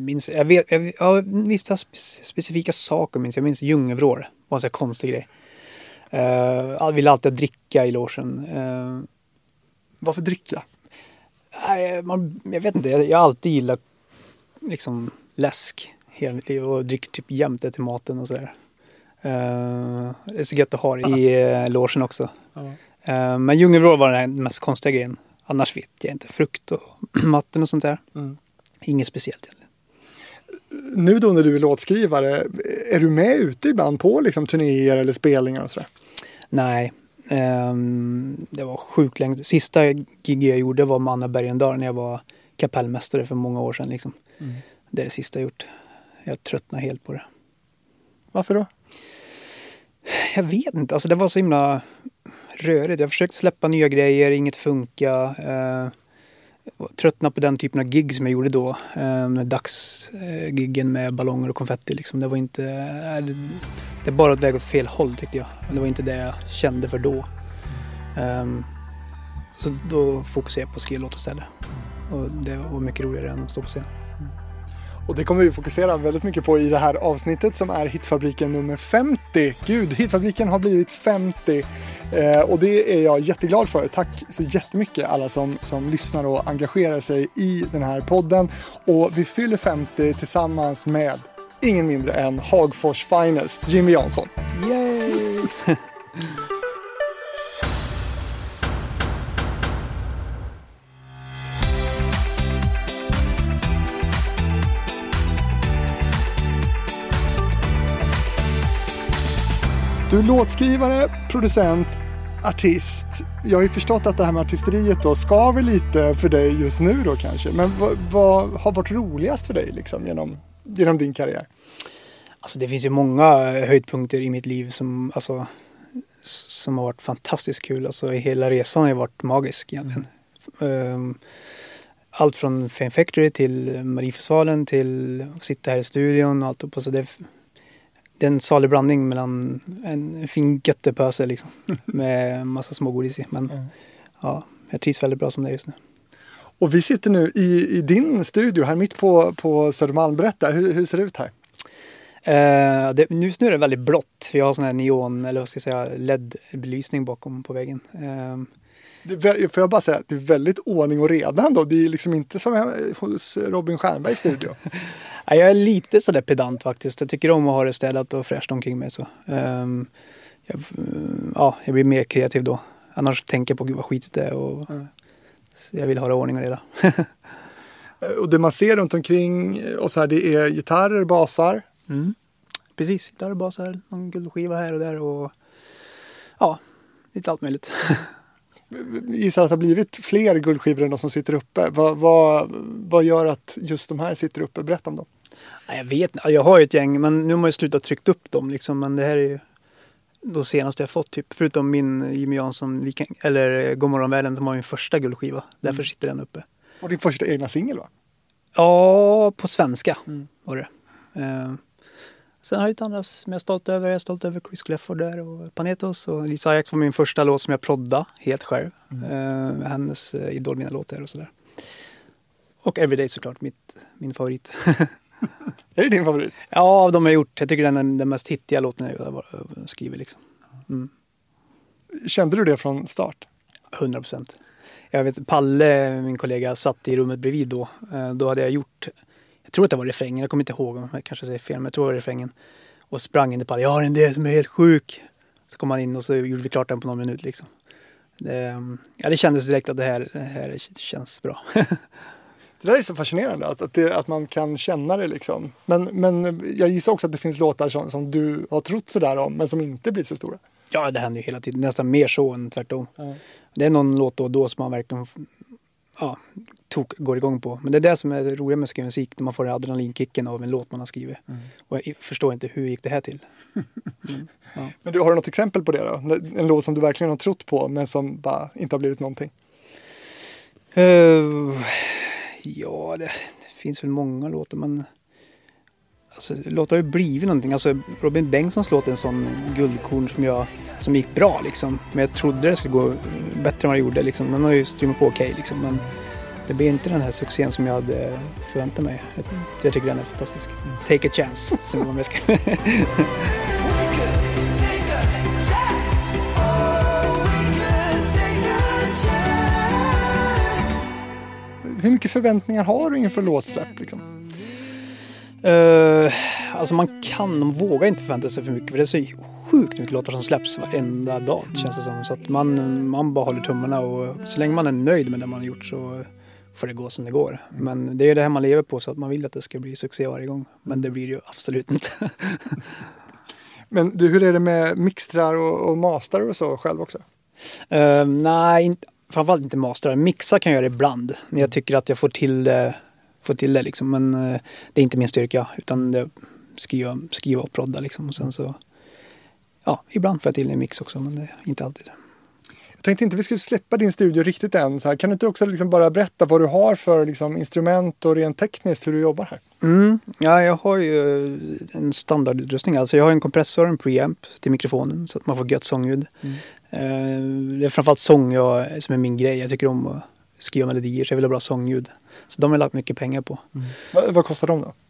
minns, vissa specifika saker minns. Jag minns Ljungevrål, var en sån här konstig grej. Jag ville alltid dricka i logen. Varför dricka? Jag vet inte, jag har alltid gillat liksom läsk hela mitt liv och dricker typ jämt det till maten och sådär. Det är så gött att ha det i logen också. Men Ljungevrål var den mest konstiga grejen. Annars vet jag inte. Frukt och matten och sånt där. Inget speciellt egentligen. Nu då när du är låtskrivare, är du med ute ibland på liksom turnéer eller spelningar och sådär? Nej. Det var sjukt länge. Sista gig jag gjorde var med Anna Bergendahl när jag var kapellmästare för många år sedan. Liksom. Det är det sista jag gjort. Jag tröttnar helt på det. Varför då? Jag vet inte. Alltså det var så himla rörigt. Jag försökte släppa nya grejer. Inget funkar. Tröttna på den typen av gig som jag gjorde då. Dagsgiggen med ballonger och konfetti. Liksom. Det var inte... Det är bara ett väg åt fel håll tyckte jag. Det var inte det jag kände för då. Så då fokuserade jag på att skriva låt istället. Och det var mycket roligare än att stå på scen. Och det kommer vi fokusera väldigt mycket på i det här avsnittet som är Hitfabriken nummer 50. Gud, Hitfabriken har blivit 50. Och det är jag jätteglad för. Tack så jättemycket alla som lyssnar och engagerar sig i den här podden. Och vi fyller 50 tillsammans med ingen mindre än Hagfors Finest, Jimmy Jansson. Yay! Du är låtskrivare, producent, artist. Jag har ju förstått att det här med artisteriet då skaver lite för dig just nu då kanske. Men vad har varit roligast för dig liksom genom din karriär? Alltså det finns ju många höjdpunkter i mitt liv som har varit fantastiskt kul. Alltså hela resan har varit magisk egentligen. Allt från Fame Factory till Mariefestivalen till att sitta här i studion och allt upp. Alltså det är en salig blandning mellan en fin göttepöse liksom, med massa smågodis i. Men ja, jag trivs väldigt bra som det är just nu. Och vi sitter nu i din studio här mitt på Södermalm. Berätta, hur ser det ut här? Nu är det väldigt blått. Vi har sån här neon, eller vad ska jag säga, LED-belysning bakom på väggen. Får jag bara säga att det är väldigt ordning och reda då. Det är liksom inte som hos Robin Stjernbergs studio. Jag är lite sådär pedant faktiskt. Jag tycker om att ha det städat och fräscht omkring mig. Så. Jag blir mer kreativ då. Annars tänker jag på gud vad skitigt det är. Och jag vill ha det ordning och reda. Och det man ser runt omkring och så här, det är gitarrer, basar. Precis, gitarrer, basar, någon guldskiva här och där. Och lite allt möjligt. Gissar att det har blivit fler guldskivor än de som sitter uppe. Vad gör att just de här sitter uppe? Berätta om dem. Jag vet inte. Jag har ju ett gäng, men nu har jag slutat tryckt upp dem. Liksom. Men det här är ju det senaste jag fått. Typ. Förutom min Jimmy Jansson, eller Godmorgonvärlden, som har min första guldskiva. Därför sitter den uppe. Och din första egna singel va? Ja, på svenska var det. Sen har jag lite andra som jag är stolt över. Jag är stolt över Chris Clefford där och Panetos. Och Lisa Ajax var min första låt som jag prodda helt själv. Hennes Idol, mina låtar och sådär. Och Everyday såklart, min favorit. Är det din favorit? Ja, av de jag gjort. Jag tycker den är den mest hittiga låten jag skriver liksom. Kände du det från start? 100%. Jag vet, Palle, min kollega, satt i rummet bredvid då. Då hade jag gjort... Jag tror att det var refrängen, jag kommer inte ihåg om jag kanske säger fel, men jag tror det var refrängen. Och sprang in i Palle, jag har en del som är helt sjuk. Så kom han in och så gjorde vi klart den på någon minut liksom. Det kändes direkt att det här känns bra. Det där är så fascinerande, att man kan känna det liksom. Men jag gissar också att det finns låtar som du har trott sådär om, men som inte blir så stora. Ja, det händer ju hela tiden. Nästan mer så än tvärtom. Det är någon låt då som man verkligen går igång på. Men det är det som är roligt med att skriva musik, när man får adrenalinkicken av en låt man har skrivit. Och jag förstår inte, hur gick det här till? Men har du något exempel på det då? En låt som du verkligen har trott på, men som bara inte har blivit någonting? Ja, det finns väl många låtar, men alltså, låtar har ju blivit någonting. Alltså, Robin Bengtssons låt är en sån guldkorn som gick bra liksom. Men jag trodde det skulle gå bättre än vad det gjorde liksom. Den har ju streamat på okej liksom. Men Det blir inte den här succén som jag hade förväntat mig. Jag tycker den är fantastisk. Take a chance, som man ska. Hur mycket förväntningar har du inför låtsläpp liksom? Alltså man vågar inte förvänta sig för mycket, för det är så sjukt mycket låtar som släpps varenda dag, känns det som. Så att man bara håller tummarna, och så länge man är nöjd med det man har gjort så får det gå som det går. Men det är det här man lever på, så att man vill att det ska bli succé varje gång. Men det blir det ju absolut inte. Men du, hur är det med mixtrar och master och så själv också? Nej, framförallt inte master. Mixa kan jag göra ibland när jag tycker att jag får till det liksom. Men det är inte min styrka, utan det skriva och prodda liksom. Och sen så, ja, ibland får jag till en mix också, men det är inte alltid. Jag tänkte inte vi skulle släppa din studio riktigt än. Så här. Kan du inte också liksom bara berätta vad du har för liksom, instrument och rent tekniskt hur du jobbar här? Ja, jag har ju en standardutrustning. Alltså jag har en kompressor, en preamp till mikrofonen så att man får gött sångljud. Det är framförallt sång som är min grej. Jag tycker om att skriva melodier, så jag vill ha bra sångljud. Så de har jag lagt mycket pengar på. Vad kostar de då?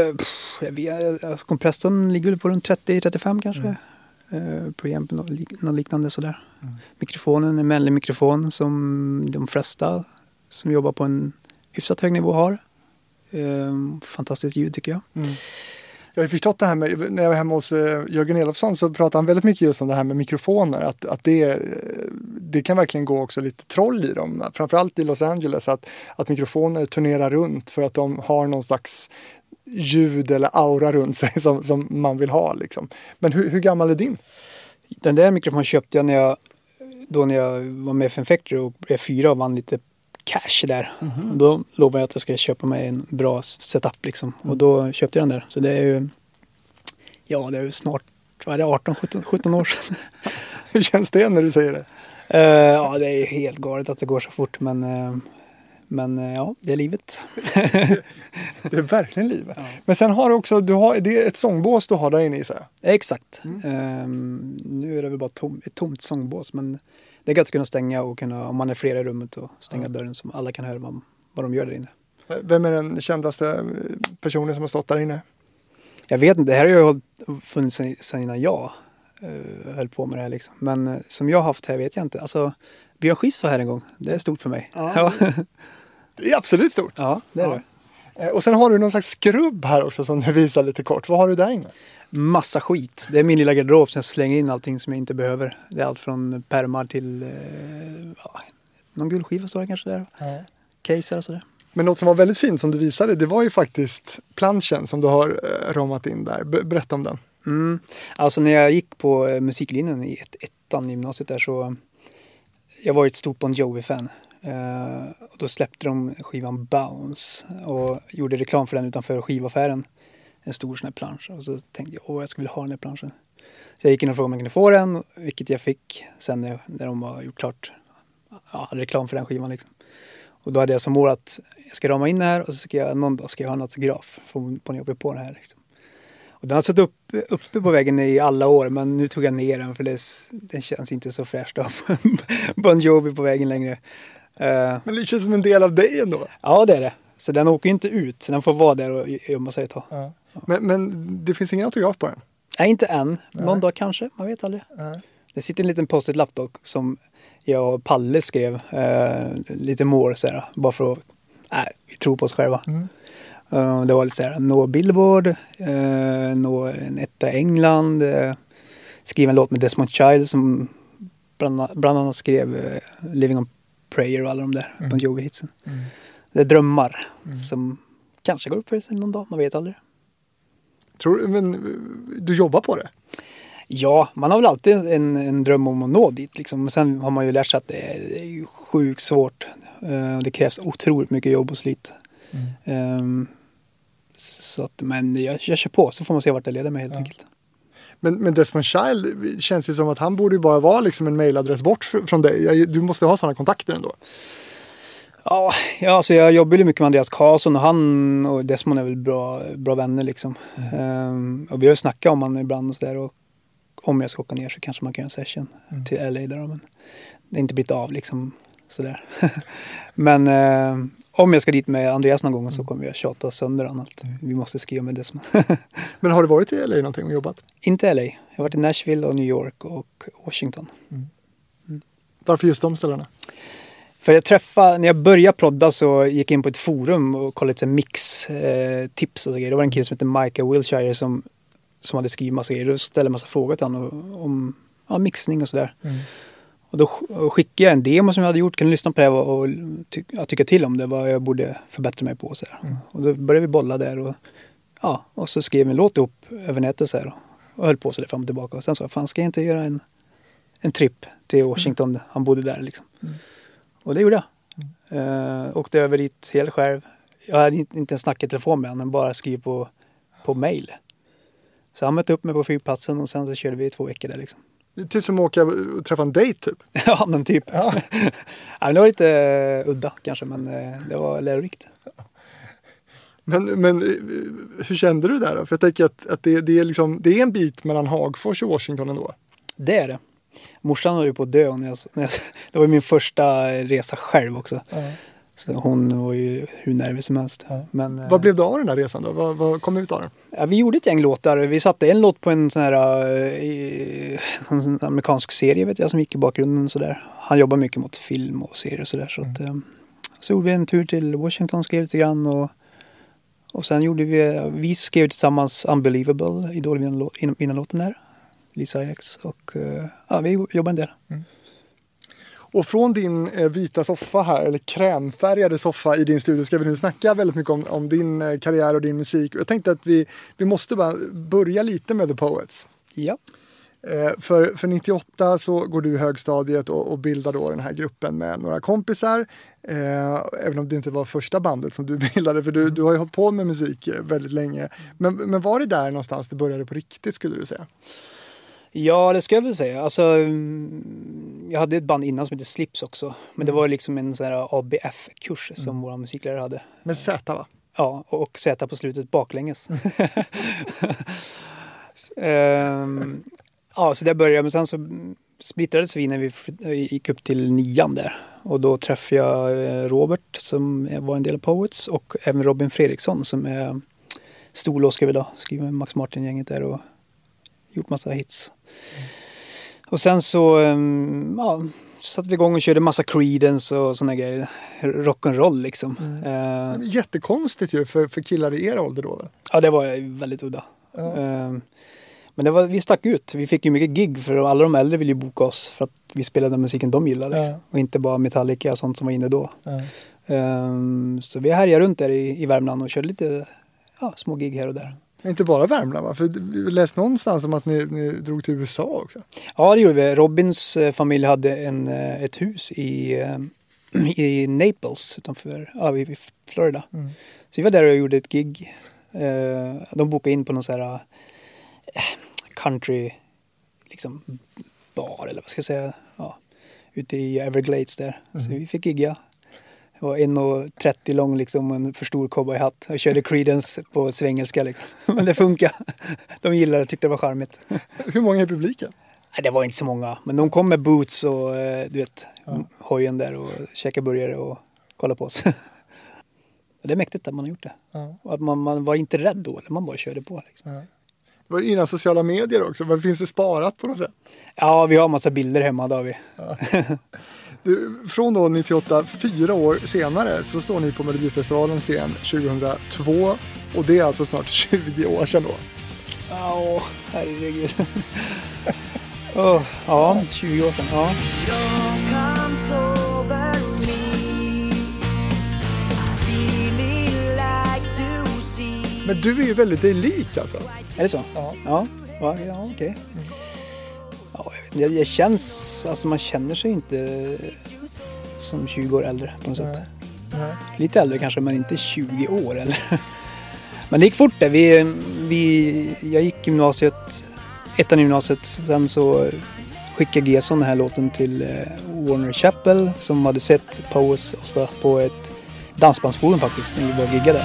Alltså, kompressorn ligger väl på runt 30-35 kanske. Preamp och liknande sådär. Mikrofonen är en manlig mikrofon som de flesta som jobbar på en hyfsat hög nivå har. Fantastiskt ljud tycker jag. Jag har förstått det här med, när jag var hemma hos Jörgen Elofsson så pratade han väldigt mycket just om det här med mikrofoner. Att det kan verkligen gå också lite troll i dem. Framförallt i Los Angeles. Att mikrofoner turnerar runt för att de har någon slags ljud eller aura runt sig som man vill ha. Liksom. Men hur gammal är din? Den där mikrofonen köpte jag när jag var med för Factory och blev 4 och vann lite cash där. Och då lovade jag att jag ska köpa mig en bra setup liksom. Och då köpte jag den där. Så det är ju, det är ju snart, vad är det, 18-17 år sedan. Hur känns det när du säger det? Ja, det är helt galet att det går så fort, men ja, det är livet. Det är verkligen livet. Ja. Men sen har du också, det är ett sångbås du har där inne i sig. Exakt. Nu är det väl bara ett tomt sångbås, men det är gott att kunna stänga och om man är flera i rummet och stänga dörren så alla kan höra vad de gör där inne. Vem är den kändaste personen som har stått där inne? Jag vet inte, det här har ju funnits sedan innan jag höll på med det här liksom. Men som jag har haft här vet jag inte. Alltså, Björn Skifs var här en gång. Det är stort för mig. Ja. Det är absolut stort. Ja, det är det. Och sen har du någon slags skrubb här också som du visar lite kort. Vad har du där inne? Massa skit. Det är min lilla garderob som jag slänger in allting som jag inte behöver. Det är allt från pärmar till någon guldskiva står det kanske där. Ja. Caser och sådär. Men något som var väldigt fint som du visade, det var ju faktiskt planschen som du har ramat in där. Berätta om den. Alltså när jag gick på musiklinjen i ettan i gymnasiet där så jag var ett stort Bon Jovi-fan. Och då släppte de skivan Bounce och gjorde reklam för den utanför skivaffären. En stor sån här plansch. Och så tänkte jag, jag skulle vilja ha den här planschen. Så jag gick in och frågade om jag kunde få den, vilket jag fick sen när de har gjort klart reklam för den skivan liksom. Och då hade jag som mål att jag ska rama in det här och så ska jag någon dag ha en autograf från Bon Jovi på den här liksom. Och den har suttit uppe på väggen i alla år, men nu tog jag ner den för den känns inte så fräscht av Bon Jovi på väggen längre. Men det känns som en del av dig ändå. Ja, det är det. Så den åker inte ut, så den får vara där och gömma sig ett tag. Ja. Men det finns ingen autograf på den? Nej, inte än. Någon dag kanske, man vet aldrig. Det sitter en liten post-it-lapp dock som jag och Palle skrev lite more så här, bara för att vi tror på oss själva. Det var lite så här, nå Billboard, nå en etta England, skriva en låt med Desmond Child som bland annat skrev Living on Prayer och alla de där Bon Jovi-hitsen. Det är drömmar som kanske går upp för sig någon dag, man vet aldrig. Men du jobbar på det? Ja, man har väl alltid en dröm om att nå dit liksom. Men sen har man ju lärt sig att det är ju sjukt svårt. Det krävs otroligt mycket jobb och slit. Så att, men jag kör på, så får man se vart det leder mig helt enkelt. Men Desmond Child känns ju som att han borde ju bara vara liksom en mailadress bort från dig. Du måste ha sådana kontakter ändå. Ja, alltså jag jobbar ju mycket med Andreas Karlsson och han och Desmond är väl bra vänner liksom. Och vi har ju snackat om han ibland och sådär, och om jag ska åka ner så kanske man kan göra en session till LA där, men det är inte blivit av liksom. sådär. Men om jag ska dit med Andreas någon gång så kommer jag tjata sönder annat. Vi måste skriva med Desmond. Men har du varit i LA någonting och jobbat? Inte LA. Jag har varit i Nashville och New York och Washington. Varför just de ställena? För när jag började prodda så gick jag in på ett forum och kollade lite mix-tips och så grejer. Det var en kille som heter Micah Wilshire som hade skrivit massa grejer. Då ställde en massa frågor till honom om mixning och sådär. Och då skickade jag en demo som jag hade gjort. Kan du lyssna på det och tycka till om det? Vad jag borde förbättra mig på. Och, så här. Och då började vi bolla där. Och så skrev vi en låt upp över nätet så här. Och höll på så där fram och tillbaka. Och sen sa jag, fan ska jag inte göra en tripp till Washington? Han bodde där liksom. Och det gjorde jag. Åkte över dit helt själv. Jag hade inte ens snackat i telefon med honom. Men bara skrivit på mail. Så han mötte upp mig på flygplatsen. Och sen så körde vi 2 veckor där liksom. Det är typ som att åka och träffa en dejt typ. Ja, men typ. Ja. Ja, det var lite udda kanske, men det var lärorikt. Men hur kände du där då? För jag tänker att det är liksom, det är en bit mellan Hagfors och Washington ändå. Det är det. Morsan var ju på att dö. Det var min första resa själv också. Så hon var ju hur nervös som helst. Men, vad blev det av den där resan då? Vad kom ut av den? Ja, vi gjorde ett gäng låtar. Vi satte en låt på en sån här en amerikansk serie vet jag som gick i bakgrunden så där. Han jobbar mycket mot film och serier och så där. Så gjorde vi en tur till Washington, skrev lite grann och sen gjorde vi skrev tillsammans Unbelievable, innan låten där. Lisa Ajax och vi jobbade en del. Och från din vita soffa här, eller krämfärgade soffa i din studio ska vi nu snacka väldigt mycket om din karriär och din musik. Jag tänkte att vi måste bara börja lite med The Poets. Ja. För 98 så går du i högstadiet och bildar då den här gruppen med några kompisar. Även om det inte var första bandet som du bildade, för du har ju hållit på med musik väldigt länge. Men var det där någonstans det började på riktigt skulle du säga? Ja, det ska jag väl säga. Alltså, jag hade ett band innan som heter Slips också. Men det var liksom en sån här ABF-kurs som våra musiklärare hade. Med Z va? Ja, och Z på slutet baklänges. Så där började jag. Men sen så splittrades vi när vi gick upp till 9:an där. Och då träffade jag Robert som var en del av Poets. Och även Robin Fredriksson som är storlåskare idag. Skriver med Max Martin-gänget där och gjort massa hits. Och sen så satte vi igång och körde massa Creedence och såna grejer. Rock'n'roll liksom. Jättekonstigt ju för killar i er ålder då väl? Ja, det var väldigt udda. Men vi stack ut. Vi fick ju mycket gig för alla de äldre ville ju boka oss för att vi spelade den musiken de gillade. Liksom. Och inte bara Metallica och sånt som var inne då. Så vi härjade runt där i Värmland och körde lite små gig här och där. Inte bara Värmland va? För vi läste någonstans om att ni drog till USA också. Ja, det gjorde vi. Robins familj hade ett hus i Naples utanför i Florida. Så vi var där och gjorde ett gig. De bokade in på någon sån här country liksom bar eller vad ska jag säga. Ja, ute i Everglades där. Så vi fick gigga. Det var 1,30 lång liksom, en för stor cowboyhatt. Jag körde Creedence på svengelska liksom. Men det funkar. De gillade det, tyckte det var charmigt. Hur många är publiken? Nej, det var inte så många. Men de kom med boots och du vet, hojen där och käkade burgare och kollade på oss. Det är mäktigt att man har gjort det. Och att man var inte rädd då, eller man bara körde på liksom. Det var innan sociala medier också. Men finns det sparat på något sätt? Ja, vi har massa bilder hemma då har vi. Du, från då 98, 4 år senare, så står ni på Melodifestivalen scen 2002. Och det är alltså snart 20 år sedan då. Ja, herregud. 20 år sedan. Ja. Men du är ju väldigt dig lik alltså. Är det så? Ja, okej. Ja, det känns, alltså man känner sig inte som 20 år äldre på något sätt. Nej. Lite äldre kanske, men inte 20 år eller. Men det gick fort där. Jag gick ettan i gymnasiet. Sen så skickade Gesson den här låten till Warner Chappell som hade sett Poets på ett dansbandsforum faktiskt när vi var giggade.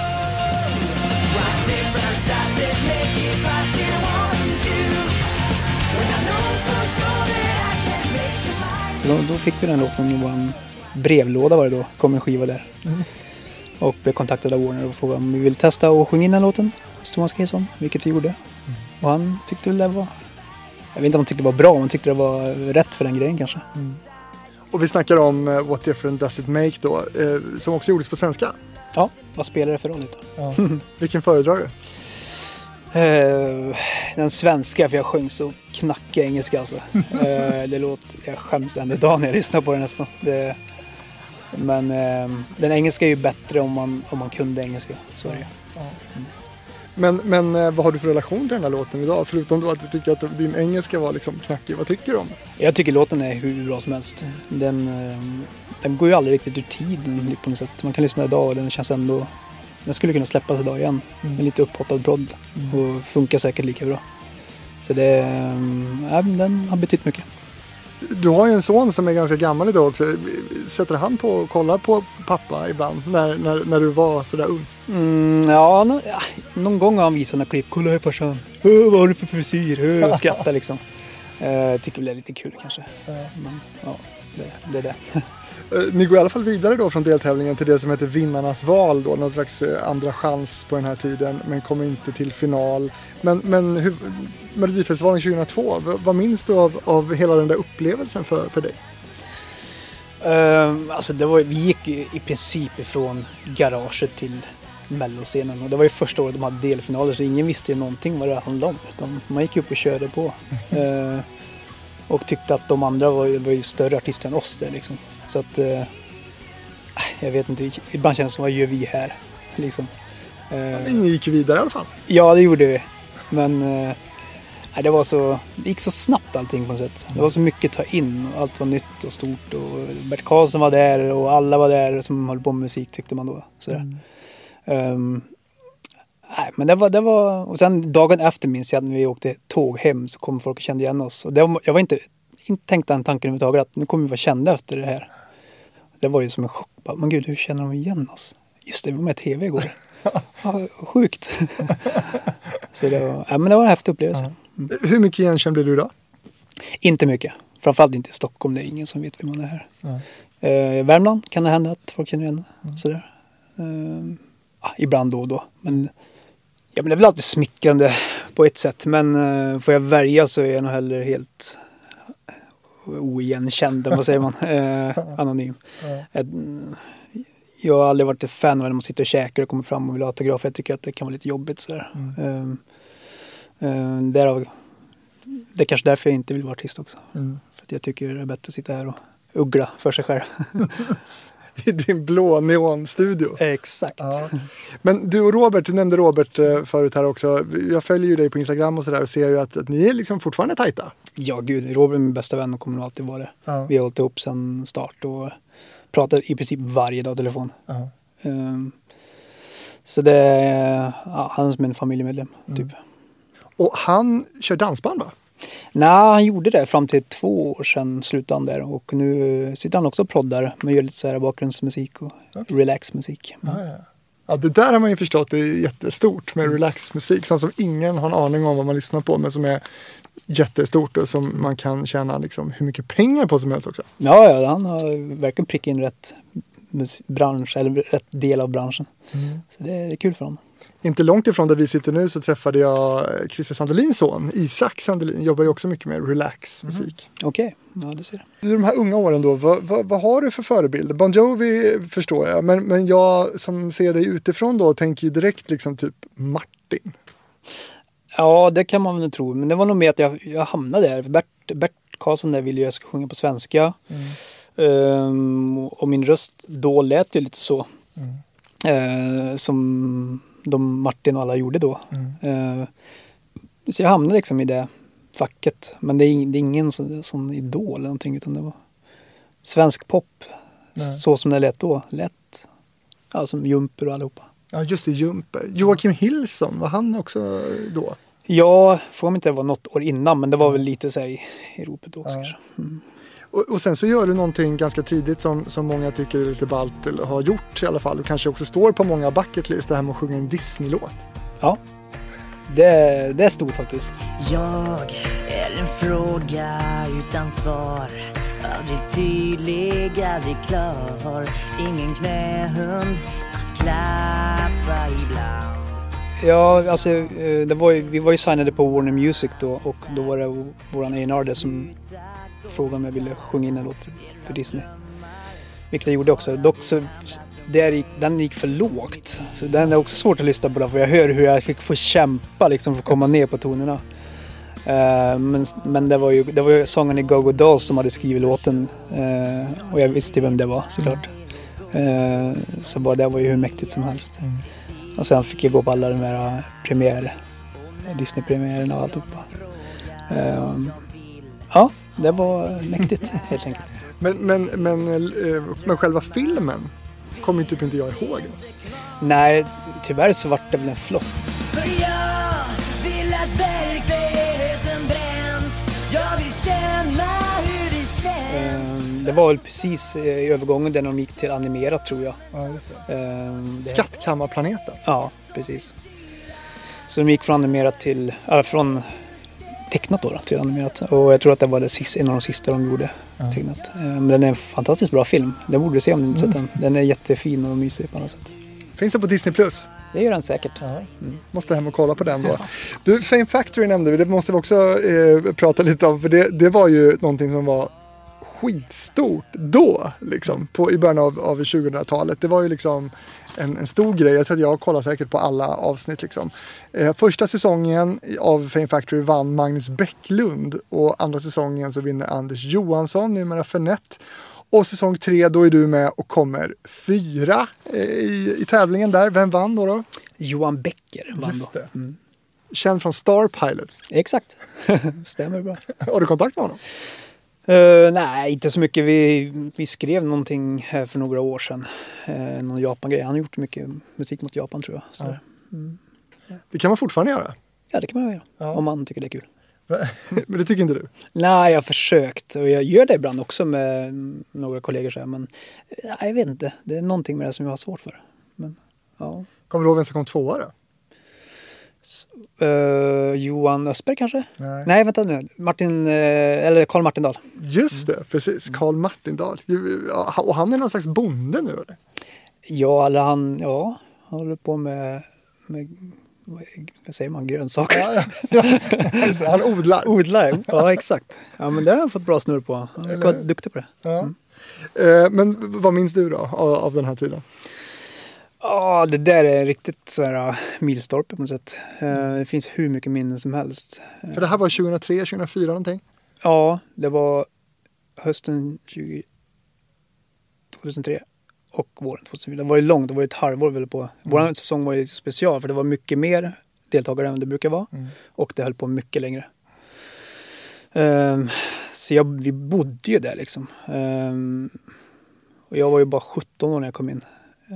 Då fick vi den låten i vår brevlåda var det då. Kom en skiva där. Och blev kontaktad av Warner och frågade om vi ville testa och sjunga in den låten hos Thomas Gesson, vilket vi gjorde. Och han tyckte väl det var... Jag vet inte om han tyckte det var bra, men han tyckte det var rätt för den grejen kanske. Och vi snackar om What Difference Does It Make då, som också gjordes på svenska. Ja, vad spelar det för roll då? Ja. Vilken föredrar du? Den svenska, för jag sjöng så knackig engelska alltså. Det låter, jag skäms än idag när jag lyssnar på det nästan. Men den engelska är ju bättre om man kunde engelska, så är det. Men vad har du för relation till den här låten idag? Förutom då att du tycker att din engelska var liksom knackig. Vad tycker du om? Jag tycker låten är hur bra som helst. Den går ju aldrig riktigt ur tiden på något sätt. Man kan lyssna idag och den känns ändå... Den skulle kunna släppas idag igen. Med lite upphottad prodd. Och funkar säkert lika bra. Så den har betytt mycket. Du har ju en son som är ganska gammal idag också. Sätter han på och kollar på pappa ibland när du var sådär ung? Någon gång har han visat några klipp. Kolla här farsan. Vad har du för frisyr? Och skrattar liksom. Tycker väl det är lite kul kanske. Men ja, det är det. Ni går i alla fall vidare då från deltävlingen till det som heter Vinnarnas val då, någon slags andra chans på den här tiden, men kommer inte till final. Men hur, Melodifestivalen 2002, vad minns du av hela den där upplevelsen för dig? Alltså vi gick ju i princip ifrån garaget till melloscenen, och det var ju första året de hade delfinaler, så ingen visste ju någonting vad det handlade om, utan man gick upp och körde på. Och tyckte att de andra var ju större artister än oss där liksom. Så att jag vet inte, ibland känns det som, vad gör vi här liksom. Ni gick vidare i alla fall. Ja, det gjorde vi. Men det gick så snabbt allting på något sätt. Det var så mycket att ta in, och allt var nytt och stort, och Bert Karlsson var där och alla var där som höll på med musik, tyckte man då sådär. Men det var, och sen dagen efter minns jag att när vi åkte tåg hem så kom folk och kände igen oss, och jag var inte tänkt den tanken överhuvudtaget att nu kommer vi vara kända efter det här. Det var ju som en chock. Men gud, hur känner de igen oss? Just det, vi var med i tv igår. Ja, sjukt. Så det var en häftig upplevelse. Hur mycket igenkänd blir du då? Inte mycket. Framförallt inte i Stockholm, det är ingen som vet vem man är här. Värmland kan det hända att folk känner igen. Sådär. Ibland då och då. Men det är väl alltid smickrande på ett sätt. Men får jag välja så är jag nog hellre helt oigenkänd, vad säger man? Anonym. Jag har aldrig varit ett fan av när man sitter och käkar och kommer fram och vill ha autograf. Jag tycker att det kan vara lite jobbigt sådär. Det är kanske därför jag inte vill vara artist också. För att jag tycker det är bättre att sitta här och uggla för sig själv. I din blå neonstudio. Exakt. Ja. Men du och Robert, du nämnde Robert förut här också. Jag följer ju dig på Instagram och sådär och ser ju att ni är liksom fortfarande tajta. Ja, gud. Robert är min bästa vän och kommer nog alltid vara det. Ja. Vi har hållit ihop sedan start och pratar i princip varje dag i telefon. Så det är han som är en familjemedlem, typ. Och han kör dansband, va? Nej, han gjorde det fram till 2 år sedan slutade han där, och nu sitter han också och proddar men gör lite så här bakgrundsmusik och relaxmusik. Ja, det där har man ju förstått, det är jättestort med relaxmusik, sånt som ingen har en aning om vad man lyssnar på, men som är jättestort och som man kan tjäna liksom hur mycket pengar på som helst också. Ja, han har verkligen prickat in rätt bransch, eller rätt del av branschen. Så det är kul för honom. Inte långt ifrån där vi sitter nu så träffade jag Christer Sandelins son, Isak Sandelin, jobbar ju också mycket med relaxmusik. Okej, ja, du ser det. I de här unga åren då, vad har du för förebild? Bon Jovi förstår jag, men jag som ser dig utifrån då tänker ju direkt liksom typ Martin. Ja, det kan man väl tro, men det var nog mer att jag hamnade där. Bert Karlsson där ville jag ska sjunga på svenska. Och min röst då lät ju lite så. Som de Martin och alla gjorde då. Så jag hamnade liksom i det facket. Men det är ingen sån idol eller någonting, utan det var svensk pop. Så som det lät då. Lätt. Som Jumper och allihopa. Ja, just det, Jumper. Joakim Hillson, var han också då? Ja, får man inte vara något år innan, men det var väl lite så här i ropet också kanske. Och sen så gör du någonting ganska tidigt som många tycker är lite ballt, eller har gjort i alla fall, och kanske också står på många bucket list, det här med att sjunga en Disney-låt. Ja, det är stort faktiskt. Jag är en fråga utan svar. aldrig tydlig, aldrig klar. Ingen knähund att klappa ibland. Ja, alltså vi var ju signade på Warner Music då, och då var det våran A&R som frågade om jag ville sjunga in en låt för Disney. Vilket jag gjorde också. Dock så den gick för lågt. Så den är också svårt att lyssna på, för jag hör hur jag fick få kämpa liksom för att komma ner på tonerna. Men det var ju sången i Go Go Dolls som hade skrivit låten, och jag visste vem det var såklart. Så bara det var ju hur mäktigt som helst. Och sen fick jag gå på alla de här Disney-premiärerna och alltihopa. Ja, det var mäktigt helt enkelt. Men själva filmen kommer ju typ inte jag ihåg. Nej, tyvärr så var det väl en flopp. För jag vill att verkligheten bränns. Jag vill känna hur det känns. Det var väl precis i övergången där de gick till animerat, tror jag. Ja, just det. Skattkammarplaneten. Ja, precis. Så de gick från animerat till... från tecknat då till animerat. Och jag tror att det var en av de sista de gjorde tecknat. Men den är en fantastiskt bra film. Den borde du se om du inte sett den. Den är jättefin och mysig på något sätt. Finns det på Disney+? Det gör den säkert. Måste hem och kolla på den då. Du, Fame Factory nämnde vi. Det måste vi också prata lite om. För det var ju någonting som var skitstort då, liksom, i början av 2000-talet. Det var ju liksom en stor grej. Jag tror att jag kollar säkert på alla avsnitt. Liksom. Första säsongen av Fame Factory vann Magnus Bäcklund, och andra säsongen så vinner Anders Johansson, numera Fernet. Och säsong 3, då är du med och kommer 4 i tävlingen där. Vem vann då? Johan Becker vann Just då. det. Känd från Star Pilots. Exakt. Stämmer bra. Har du kontakt med honom? Nej, inte så mycket. Vi skrev någonting här för några år sedan. Någon Japan-grej. Han har gjort mycket musik mot Japan, tror jag. Så Det kan man fortfarande göra. Ja, det kan man göra. Om man tycker det är kul. Men det tycker inte du? Nej, jag har försökt. Och jag gör det ibland också med några kollegor. Så här, men jag vet inte. Det är någonting med det som jag har svårt för. Men, ja. Kommer du ihåg vem som kom 2 då? Johan Östberg kanske? Nej, vänta nu. Carl Martindal. Just det, precis. Carl Martindal. Och han är någon slags bonde nu, eller? Ja, eller han håller på med vad säger man, grönsaker. Ja. Han odlar. Ja, exakt. Ja, men det har jag fått bra snurr på. Han är duktig på det. Ja. Men vad minns du då av den här tiden? Ja, det där är riktigt så här milstolpe på något sätt. Det finns hur mycket minnen som helst. För det här var 2003, 2004 någonting? Ja, det var hösten 2003 och våren 2004. Det var ju långt, det var ju ett halvår väl på. Vår säsong var ju special, för det var mycket mer deltagare än det brukar vara. Och det höll på mycket längre. Så vi bodde ju där liksom. Och jag var ju bara 17 år när jag kom in.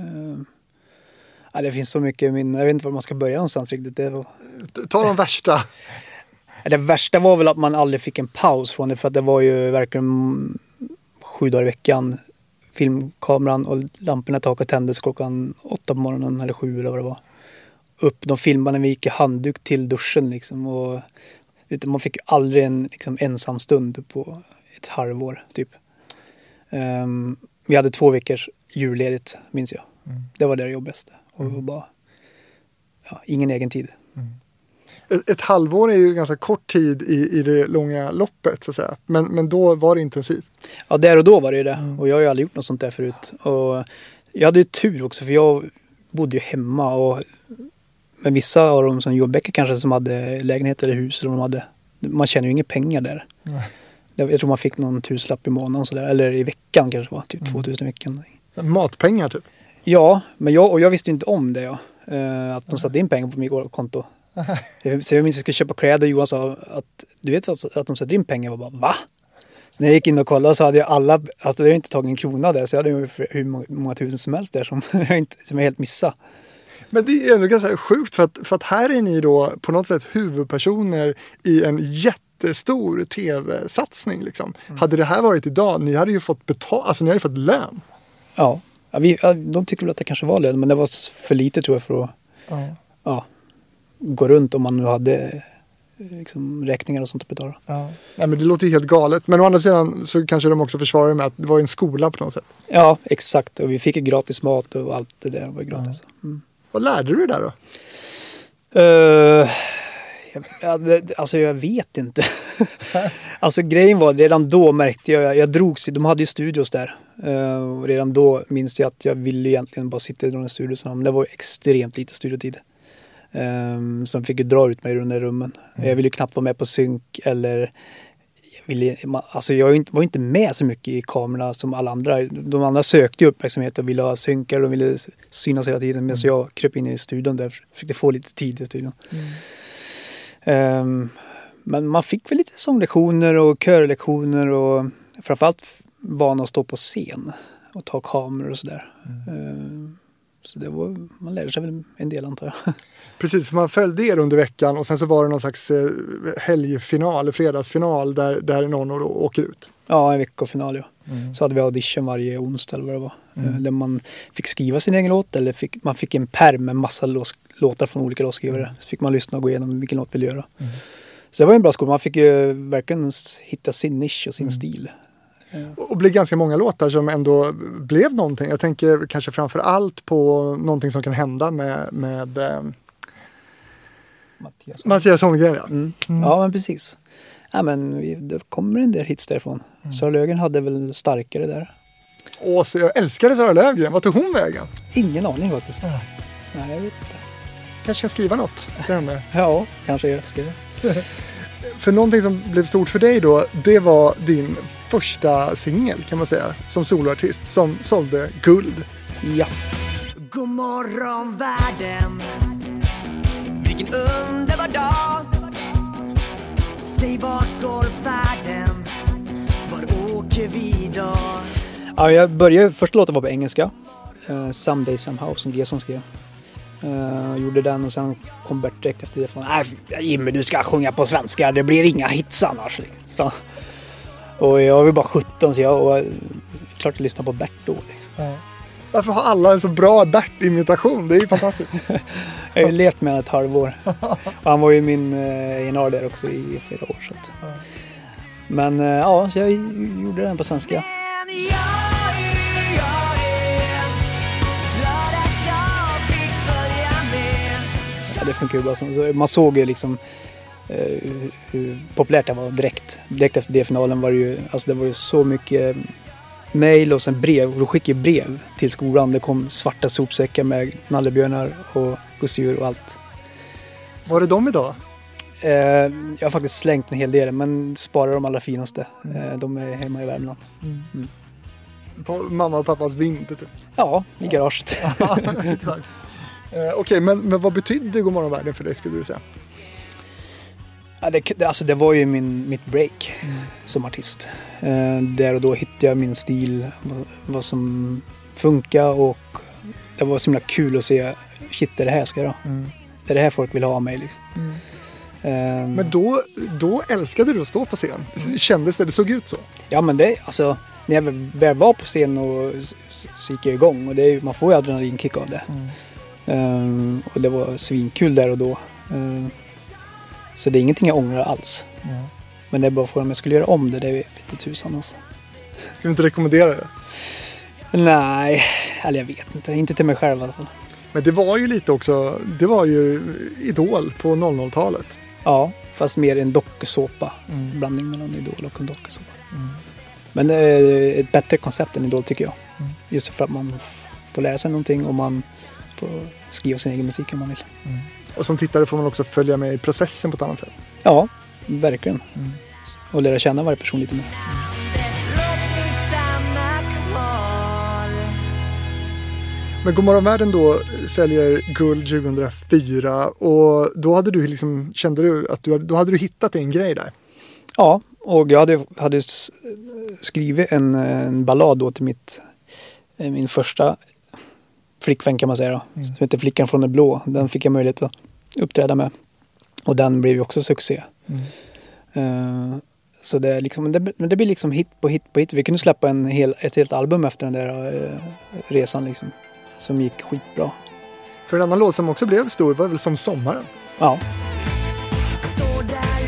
Det finns så mycket minnen. Jag vet inte var man ska börja någonstans riktigt. Ta de värsta. Det värsta var väl att man aldrig fick en paus från det, för att det var ju verkligen 7 dagar i veckan. Filmkameran och lamporna i taket tändes klockan 8 på morgonen eller 7 eller vad det var. De filmade när vi gick i handduk till duschen liksom, och man fick ju aldrig en liksom, ensam stund på ett halvår typ. Vi hade 2 veckors julledigt, minns jag. Det var det jobbigaste. Och bara ingen egen tid. Ett halvår är ju ganska kort tid i det långa loppet, så att säga. Men då var det intensivt. Ja, där och då var det ju det. Och jag har ju aldrig gjort något sånt där förut. Och jag hade ju tur också, för jag bodde ju hemma. Och med vissa av dem som Jobbäcker kanske, som hade lägenheter eller hus, man tjänar ju inga pengar där. Jag tror man fick någon tusenlapp i månaden så där, eller i veckan kanske, var typ 2000 i veckan. Matpengar typ. Ja, men jag visste inte om det. Att de satte in pengar på mitt konto. Så jag minns att jag skulle köpa kläder, och Johan sa att du vet att de sätter in pengar. Jag bara, va? Så när jag gick in och kollade så hade jag alltså det har inte tagit en krona där, så jag hade ju hur många tusen som helst där som jag helt missade. Men det är ändå ganska sjukt, för att här är ni då på något sätt huvudpersoner i en jättestor tv-satsning liksom. Hade det här varit idag, ni hade ju fått ni hade fått lön. Ja, de tyckte väl att det kanske var lön, men det var för lite tror jag för att gå runt om man nu hade liksom, räkningar och sånt att betala. Ja. Nej, men det låter ju helt galet. Men å andra sidan så kanske de också försvarar med att det var en skola på något sätt. Ja, exakt. Och vi fick ju gratis mat och allt det där var gratis. Mm. Vad lärde du där då? Alltså jag vet inte. Alltså grejen var, redan då märkte jag drogs, de hade ju studios där. Och redan då minns jag att jag ville egentligen bara sitta i de studiosarna. Men det var extremt lite studiotid. Så de fick ju dra ut mig ur de där rummen. Jag ville ju knappt vara med på synk eller jag var inte med så mycket i kamerorna som alla andra. De andra sökte ju uppmärksamhet och ville ha synkar och ville synas hela tiden. Medan jag kröp in i studion där och försökte få lite tid i studion. Men man fick väl lite sånglektioner och körlektioner och framförallt vana att stå på scen och ta kameror och sådär. Så man lärde sig väl en del, antar jag. Precis, för man följde er under veckan och sen så var det någon slags helgfinal, fredagsfinal där någon åker ut. Ja, en veckofinal, ja. Så hade vi audition varje onsdag eller vad det var. Där man fick skriva sin egen låt eller man fick en pärm med massa låtar från olika låtskrivare. Så fick man lyssna och gå igenom vilken låt vill göra. Så det var en bra skola. Man fick ju verkligen hitta sin nisch och sin stil. Och blev ganska många låtar som ändå blev någonting. Jag tänker kanske framför allt på någonting som kan hända med Mattias Holmgren. Ja, men precis. Ja, men det kommer en del hits därifrån. Sara Löfgren hade väl starkare där. Åh, så jag älskade Sara Löfgren. Vad tog hon vägen? Ingen aning faktiskt. Nej, jag vet inte. Kanske ska skriva något till henne. Ja, kanske jag ska. För någonting som blev stort för dig då, det var din första singel kan man säga, som soloartist, som sålde guld. Ja. God morgon världen, vilken underbar dag. Säg vart går färden, var åker vi då? Ja, jag började, första låten var på engelska. Someday Somehow som Gesson skrev. Gjorde den och sen kom Bert direkt efter det från Jimmy, du ska sjunga på svenska, det blir inga hits annars. Så. Och jag var bara 17 så jag var klart att lyssna på Bert då. Liksom. Ja. Varför har alla en så bra Bert-imitation? Det är ju fantastiskt. Jag har ju levt med ett halvår. Och han var ju min A&R där också i 4 år. Så att. Men ja, så jag gjorde den på svenska. Ja, det funkar ju bra. Så man såg ju liksom hur populärt det var direkt. Direkt efter det finalen var det ju, alltså det var ju så mycket mejl och sen brev. Och då skickade jag brev till skolan. Det kom svarta sopsäckar med nallebjörnar och gosedjur och allt. Var är de idag? Jag har faktiskt slängt en hel del, men sparar de allra finaste. De är hemma i Värmland. På mamma och pappas vind typ. Ja, i garaget. Okej, men vad betydde God morgon världen för dig, skulle du säga? Ja, det var ju mitt break som artist. Där och då hittade jag min stil, vad som funkar, och det var så himla kul att se, shit, det är det här ska jag göra. Det är det här folk vill ha av mig liksom. Men då älskade du att stå på scen. Kändes det såg ut så? Ja, men det, alltså, när jag väl var på scen och så gick jag igång, och det är, man får ju adrenalinkick av det. Och det var svinkul där och då. Så det är ingenting jag ångrar alls. Men det är bara för om jag skulle göra om det är vet inte tusan alltså. Skulle du inte rekommendera det? Nej, eller jag vet inte. Inte till mig själv i alla fall. Men det var ju lite också, det var ju Idol på 00-talet. Ja, fast mer en dokusåpa. Blandning mellan Idol och en dokusåpa. Men det är ett bättre koncept än Idol tycker jag. Just för att man får lära sig någonting och man får skriva sin egen musik om man vill. Och som tittare får man också följa med i processen på ett annat sätt. Ja, verkligen. Och lära känna varje person lite mer. Men God morgon världen då säljer guld 2004, och då hade du liksom, kände du att då hade du hittat en grej där? Ja, och jag hade skrivit en ballad då till min första flickvän kan man säga då, som heter Flickan från det blå. Den fick jag möjlighet att uppträda med, och den blev ju också succé. Så det är liksom, men det blir liksom hit på hit på hit. Vi kunde släppa ett helt album efter den där resan liksom, som gick skitbra. För en annan låt som också blev stor var väl Som sommaren? Så Ja. där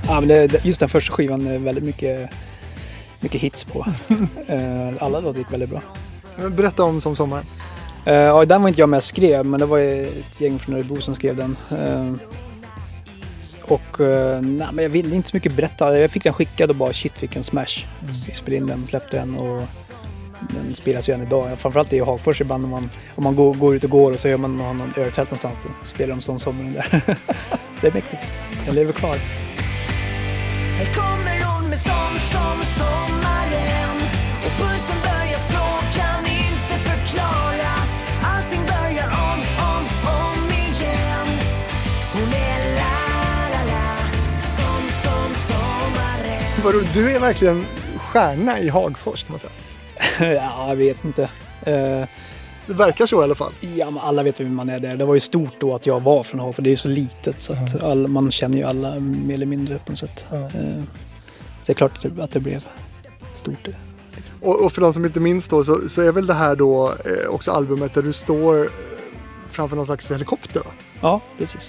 Ja, men just den första skivan är väldigt mycket hits på. Alla låter gick väldigt bra. Berätta om Som sommaren. Ja, den var inte jag med och skrev, men det var ett gäng från Örebro som skrev den. Nej, men jag vill inte så mycket berätta. Jag fick den skickad och bara shit, vilken smash. Vi spelade in den och släppte den och den spelas ju än idag. Framförallt i Hagfors ibland om man går ut och går och så gör man någon öltält någonstans och spelar de Som sommaren där. Det är mäktigt. Den lever kvar. Här kommer hon med som sommaren och pulsen börjar slå, kan inte förklara. Allting börjar om igen. Hon är la som sommaren. Du är verkligen stjärna i Hagfors, kan man säga. Ja, jag vet inte. Det verkar så i alla fall. Ja, men alla vet vem man är där. Det var ju stort då att jag var från Hagfors, för det är så litet så att man känner ju alla mer eller mindre på något sätt. Så det är klart att det blev stort. Och för de som inte minns då så är väl det här då också albumet där du står framför någon slags helikopter, va? Ja, precis.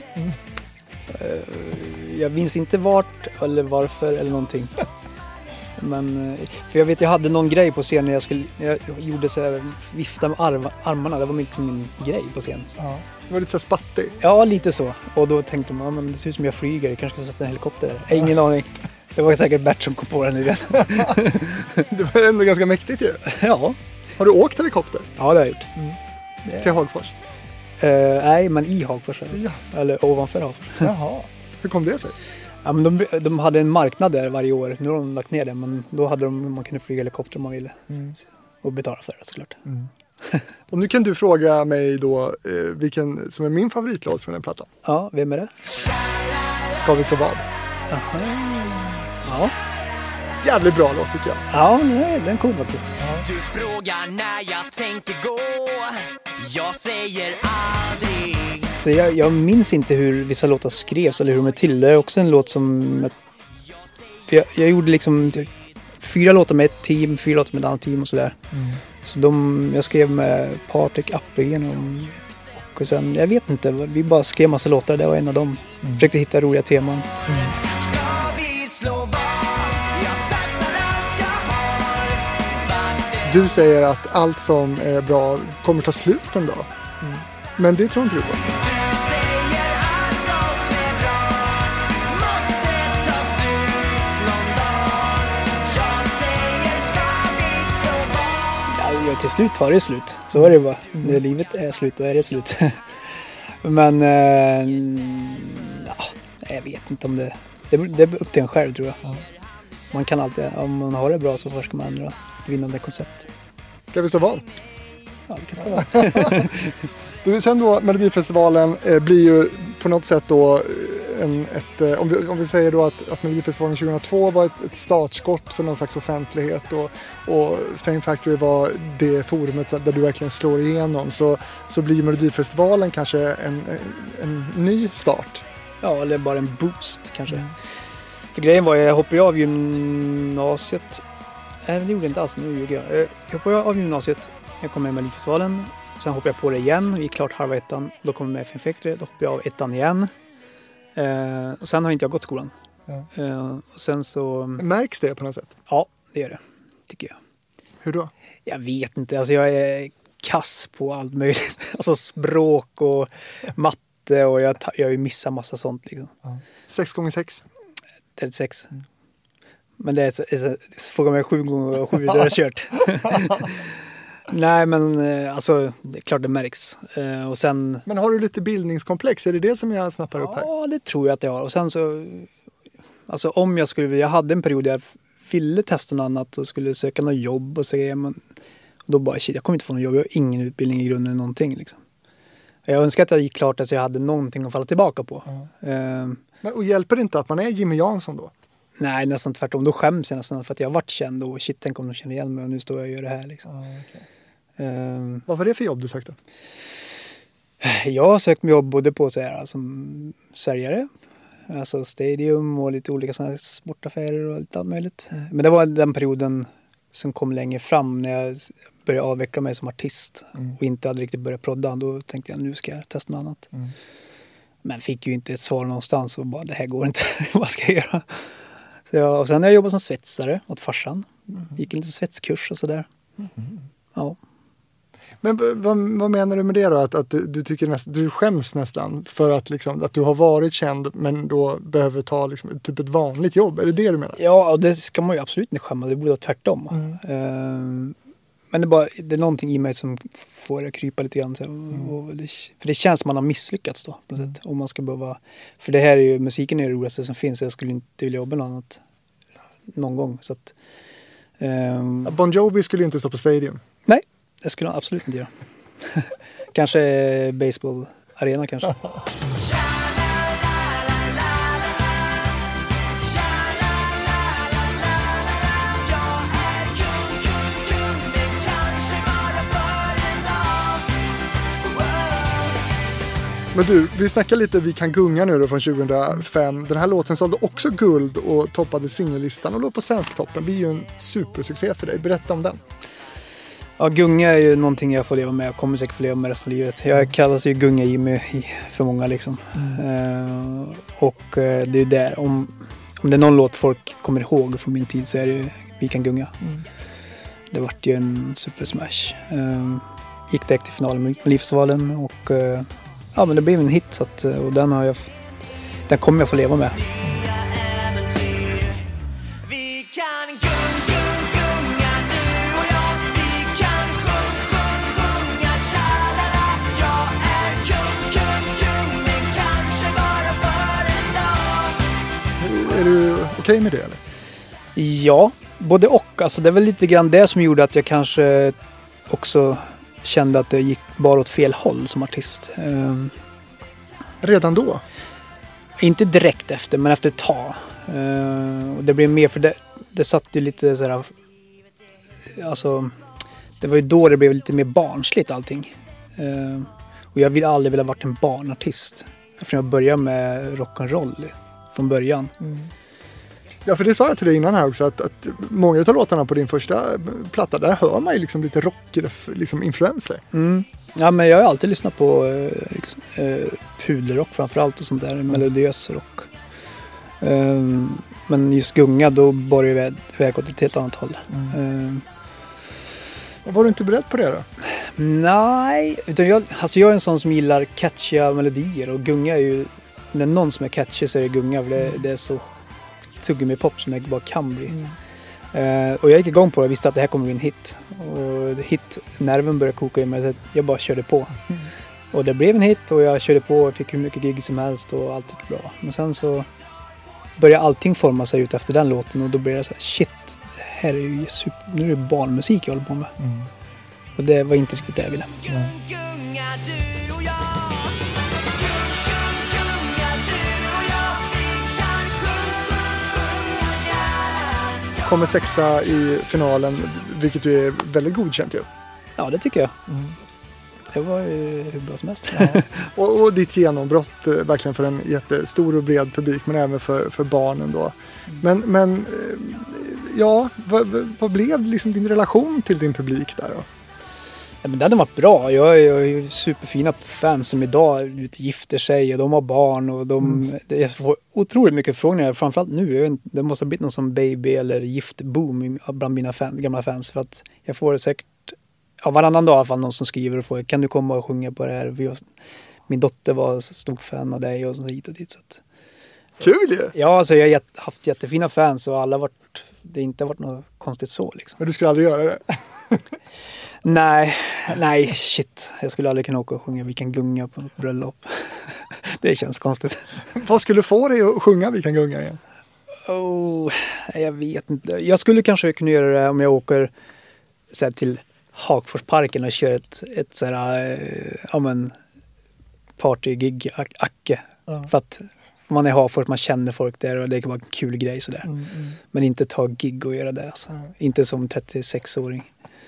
Jag minns inte vart eller varför eller någonting. Men för jag vet, jag hade någon grej på scen när jag gjorde så här, vifta med armarna. Det var liksom min grej på scen. Ja. Det var lite så spattig. Ja, lite så. Och då tänkte man, men det ser ut som jag flyger. Jag kanske ska sätta en helikopter där. Ingen aning. Det var säkert Bert som kom på den idén. Det var ändå ganska mäktigt ju. Ja. Har du åkt helikopter? Ja, det har jag gjort. Till Hagfors? Nej, men i Hagfors. Ja. Eller ovanför Hagfors. Jaha. Hur kom det sig? Ja, men de hade en marknad där varje år. Nu har de lagt ner det, men då hade man kunde flyga helikopter om man ville. Och betala för det, såklart. Och nu kan du fråga mig då vilken som är min favoritlåt från den plattan. Ja, vem är det? Ska vi så vad? Aha. Ja. Jävligt bra låt tycker jag. Ja, nej, den är cool faktiskt. Du frågar när jag tänker gå, jag säger aldrig. Så jag minns inte hur vissa låtar skrevs eller hur de är till. Det är också en låt som... Jag gjorde liksom 4 låtar med ett team, 4 låtar med ett annat team och sådär. Så jag skrev med Patrik Appelgren och sen, jag vet inte, vi bara skrev massa låtar, det var en av dem. Försökte hitta roliga teman. Du säger att allt som är bra kommer ta slut en dag. Men det tror inte du på. Ja, till slut tar det slut. Så är det bara. När livet är slut, då är det slut. Men jag vet inte om det är upp till en själv, tror jag. Man kan alltid, om man har det bra så ska man ändra ett vinnande koncept. Ska vi stå val? Ja, vi kan stå val. Sen då, Melodifestivalen blir ju på något sätt då om vi säger då att Melodifestivalen 2002 var ett startskott för någon slags offentlighet och Fame Factory var det forumet där du verkligen slår igenom, så blir Melodifestivalen kanske en ny start. Ja, eller bara en boost kanske. För grejen var, jag hoppade av gymnasiet. Nej, det gjorde jag inte alls. Nu gjorde jag hoppade av gymnasiet. Jag kom med i Melodifestivalen. Sen hoppade jag på det igen. Vi gick klart halva ettan. Då kom jag med i Fame Factory. Då hoppade jag av ettan igen. Och sen har inte jag gått skolan. Och sen så... Märks det på något sätt? Ja, det gör det. Tycker jag. Hur då? Jag vet inte. Alltså jag är kass på allt möjligt. Alltså språk och matte. Och jag har ju missat massa sånt liksom. 6x6? 36. Men det är frågar mig 7x7, det har jag kört. Nej, men alltså det är klart det märks. Och sen... Men har du lite bildningskomplex? Är det som jag snappar upp här? Ja, det tror jag att jag har. Och sen så, alltså om jag hade en period där jag ville testa något annat och skulle söka något jobb och säga, men då bara shit, jag kommer inte få något jobb, jag har ingen utbildning i grunden eller någonting liksom. Jag önskar att jag gick klart att jag hade någonting att falla tillbaka på. Men, och hjälper det inte att man är Jimmy Jansson då? Nej, nästan tvärtom. Då skäms jag nästan för att jag har varit känd och shit, tänk om de känner igen mig och nu står jag och gör det här liksom. Okay. Vad var det för jobb du sökte? Jag har sökt jobb både på så här, som säljare, alltså Stadium och lite olika sådana sportaffärer och lite allt möjligt. Men det var den perioden som kom längre fram när jag började avveckla mig som artist och inte hade riktigt börjat prodda. Då tänkte jag, nu ska jag testa något annat. Men fick ju inte ett svar någonstans och bara, det här går inte, vad ska jag göra? Så och sen har jag jobbat som svetsare åt farsan. Gick en liten svetskurs och sådär. Ja. Men vad menar du med det då? Att du tycker du skäms nästan för att, liksom, att du har varit känd men då behöver ta liksom, typ ett vanligt jobb? Är det det du menar? Ja, och det ska man ju absolut inte skämma. Det borde vara tvärtom. Men det är någonting i mig som får det krypa lite grann. För det känns som man har misslyckats då. På något sätt, om man ska behöva, för det här är ju, musiken är det roligaste som finns. Jag skulle inte vilja jobba något annat någon gång. Så att, Bon Jovi skulle ju inte stå på Stadium. Nej, det skulle han absolut inte göra. Kanske baseball arena kanske. Men du, vi snackar lite Vi kan gunga nu då från 2005. Den här låten sålde också guld och toppade singellistan och låg på Svensktoppen. Det blir ju en supersuccé för dig. Berätta om den. Ja, gunga är ju någonting jag får leva med. Jag kommer säkert få leva med resten av livet. Jag kallas ju Gunga-Jimmy för många liksom. Och det är ju där. Om det är någon låt folk kommer ihåg från min tid så är det ju Vi kan gunga. Det vart ju en supersmash. Gick direkt till finalen med Melodifestivalen och ja, men det blev en hit så att, och den kommer jag få leva med. Är du okej med det eller? Ja, både och. Alltså, det är väl lite grann det som gjorde att jag kanske också kände att det gick bara åt fel håll som artist. Redan då? Inte direkt efter, men efter ett tag. Och det blev mer, för det satt ju lite sådär, alltså, det var ju då det blev lite mer barnsligt allting. Och jag vill aldrig vilja varit en barnartist. Eftersom jag började med rock'n'roll från början. Ja, för det sa jag till dig innan här också, att många av låtarna på din första platta, där hör man ju liksom lite rock-influenser. Ja, men jag har alltid lyssnat på pudelrock framförallt och sånt där, melodiös rock. Men just gunga, då bar det iväg åt ett helt annat håll. Och var du inte beredd på det då? Nej, utan jag är en sån som gillar catchiga melodier, och gunga är ju, när någon som är catchy så är det gunga, för det är så tuggummi-pop som det bara kan bli. Och jag gick igång på det och visste att det här kommer bli en hit. Och hitnerven började koka i mig, så jag bara körde på. Och det blev en hit och jag körde på och fick hur mycket gig som helst och allt gick bra. Men sen så började allting forma sig ut efter den låten, och då blev det så här, shit, det här är ju nu är det barnmusik jag håller på med. Och det var inte riktigt det jag ville. Kommer 6:a i finalen, vilket ju är väldigt godkänt ju. Ja, det tycker jag. Det var ju hur bra som helst. Ja. och ditt genombrott verkligen för en jättestor och bred publik, men även för barnen då. Men ja, vad blev liksom din relation till din publik där då? Ja, men den har varit bra. Jag har ju superfina fans som idag gifter sig och de har barn, och jag får otroligt mycket frågor, framförallt nu. Det måste ha blivit någon som baby eller giftboom bland mina gamla fans, för att jag får säkert varannan dag i alla fall någon som skriver och får, kan du komma och sjunga på det här? Min dotter var stor fan av dig och så hit och dit. Så att, kul ju! Ja, alltså jag har haft jättefina fans och alla det har inte varit något konstigt så liksom. Men du skulle aldrig göra det? Nej, shit. Jag skulle aldrig kunna åka och sjunga Vi kan gunga på något bröllop. Det känns konstigt. Vad skulle få dig att sjunga Vi kan gunga igen? Jag vet inte. Jag skulle kanske kunna göra det om jag åker så här, till Hagforsparken och kör ett så här, partygig acke. För att man är Hagfors, man känner folk där och det kan vara en kul grej sådär. Men inte ta gig och göra det. Alltså. Inte som 36-åring.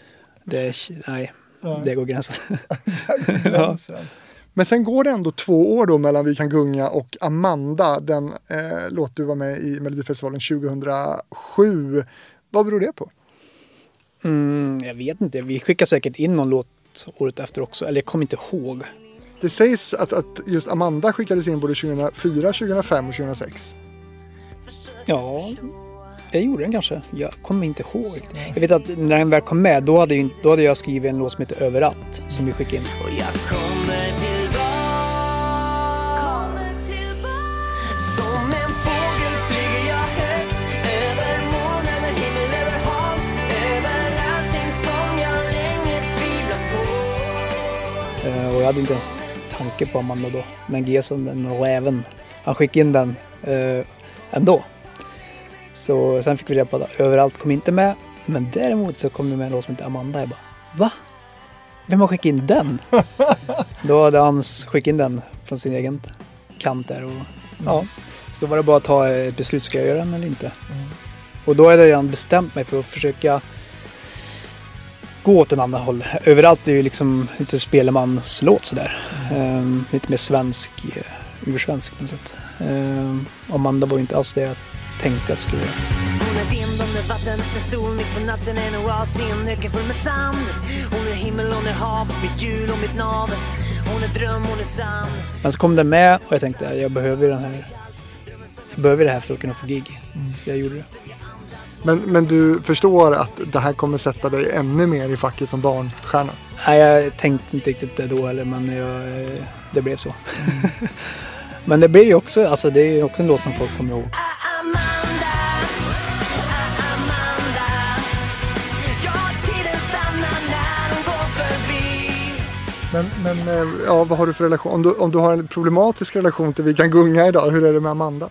Det går gränsen. Ja. Men sen går det ändå 2 år då mellan Vi kan gunga och Amanda, den låt du var med i Melodifestivalen 2007. Vad beror det på? Jag vet inte. Vi skickade säkert in någon låt året efter också. Eller jag kommer inte ihåg. Det sägs att just Amanda skickades in både 2004, 2005 och 2006. Ja, det gjorde den kanske. Jag kommer inte ihåg. Jag vet att när den väl kom med, då hade jag skrivit en låt som heter Överallt, som vi skickade in. Och jag kommer tillbaka. Som en fågel flyger jag högt över moln, över himmel, över hav, över allting som jag länge tvivlat på. Och jag hade inte ens tanke på Amanda då. Men Gesson, den räven, han skickade in den ändå. Så sen fick vi reda på att Överallt kom inte med. Men däremot så kom det med en låt som heter Amanda. Jag bara, va? Vem har skickat in den? Då hade han skickat in den från sin egen kant där. Och, ja. Så då var det bara att ta ett beslut, ska jag göra den eller inte? Och då hade jag redan bestämt mig för att försöka gå åt en annan håll. Överallt är ju liksom lite spelmanslåt sådär. Lite mer svensk, ursvensk på något sätt. Amanda var ju inte alls det jag tänkte jag skulle göra. Hon är vind, hon är vatten, en sol mitt på natten, en oas i en öken full med sand. Hon är himmel, hon är hav, mitt hjul och mitt nav. Hon är dröm, hon är sand. Men så kom den med och jag tänkte jag behöver det här för att kunna få gig. Så jag gjorde det. Men du förstår att det här kommer sätta dig ännu mer i facket som barnstjärna? Nej, jag tänkte inte riktigt det då heller, men det blev så. Men det blir ju också, alltså det är ju också en låt som folk kommer ihåg. Men ja, vad har du för relation? Om du har en problematisk relation till Vi kan gunga idag, hur är det med Amanda?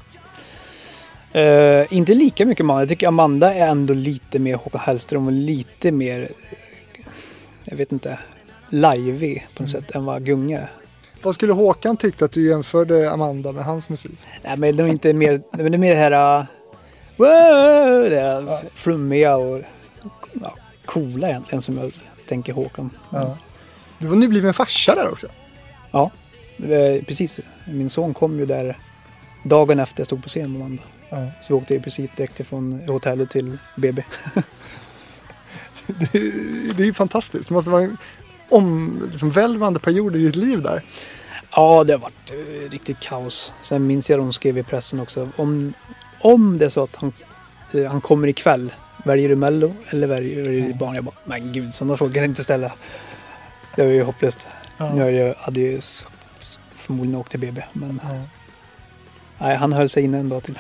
Inte lika mycket Amanda. Jag tycker Amanda är ändå lite mer Håkan Hellström och lite mer, jag vet inte, livey på något sätt än vad Gunga är. Vad skulle Håkan tycka att du jämförde Amanda med hans musik? Nej, men det är inte mer, det är mer det här wow, det här flummiga och coola egentligen som jag tänker Håkan. Ja. Du var nybliven farsa där också. Ja, precis. Min son kom ju där dagen efter jag stod på scen med Amanda. Ja. Så vi åkte i princip direkt från hotellet till BB. Det är ju fantastiskt. Det måste vara en välvande period i ditt liv där. Ja, det har varit riktigt kaos. Sen minns jag de skrev i pressen också. Om det är så att han kommer ikväll, väljer du Mello eller väljer du ditt barn? Jag bara, men gud, sådana frågor kan jag inte ställa. Det var ju hopplöst. Ja. Nu hade ju förmodligen åkt till BB. Men nej, han höll sig inne en dag till.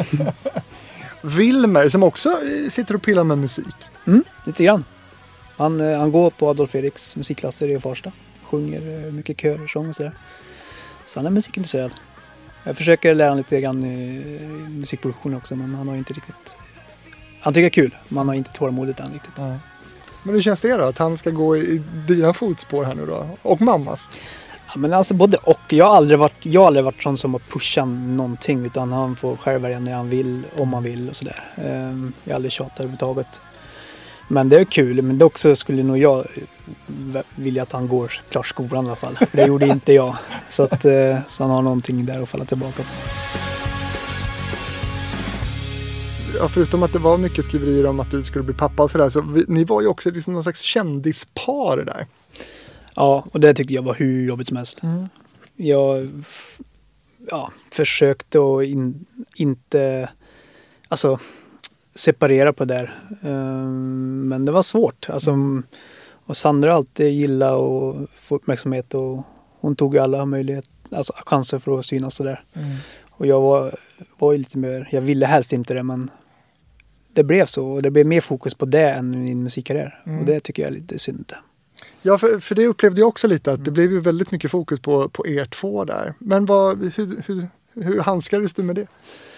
Wilmer som också sitter och pillar med musik. Lite grann. Han går på Adolf Eriks musikklasser i Farsta. Sjunger mycket körsång och sådär. Så han är musikintresserad. Jag försöker lära honom lite grann musikproduktion också, men han har inte riktigt... Han tycker det är kul, men han har inte tålamodet än riktigt. Ja. Men hur känns det då? Att han ska gå i dina fotspår här nu då? Och mammas? Ja, men alltså både och. Jag har aldrig varit sån som har pushat någonting, utan han får själv välja när han vill, om han vill och sådär. Jag har aldrig tjatat överhuvudtaget. Men det är kul, men det också skulle nog jag vilja att han går klart skolan i alla fall. För det gjorde inte jag. Så han har någonting där att falla tillbaka på. Ja, förutom att det var mycket skriverier om att du skulle bli pappa och sådär, så ni var ju också liksom någon slags kändispar där. Ja, och det tyckte jag var hur jobbigt som helst. Jag försökte att inte separera på det där. Men det var svårt. Och Sandra alltid gilla och få uppmärksamhet, och hon tog alla chanser för att synas och där. Och jag var ju lite mer, jag ville helst inte det, men det blev så, och det blev mer fokus på det än min musikkarriär. Och det tycker jag är lite synd. Ja, för det upplevde jag också lite, att det blev ju väldigt mycket fokus på er två där. Men hur handskades du med det?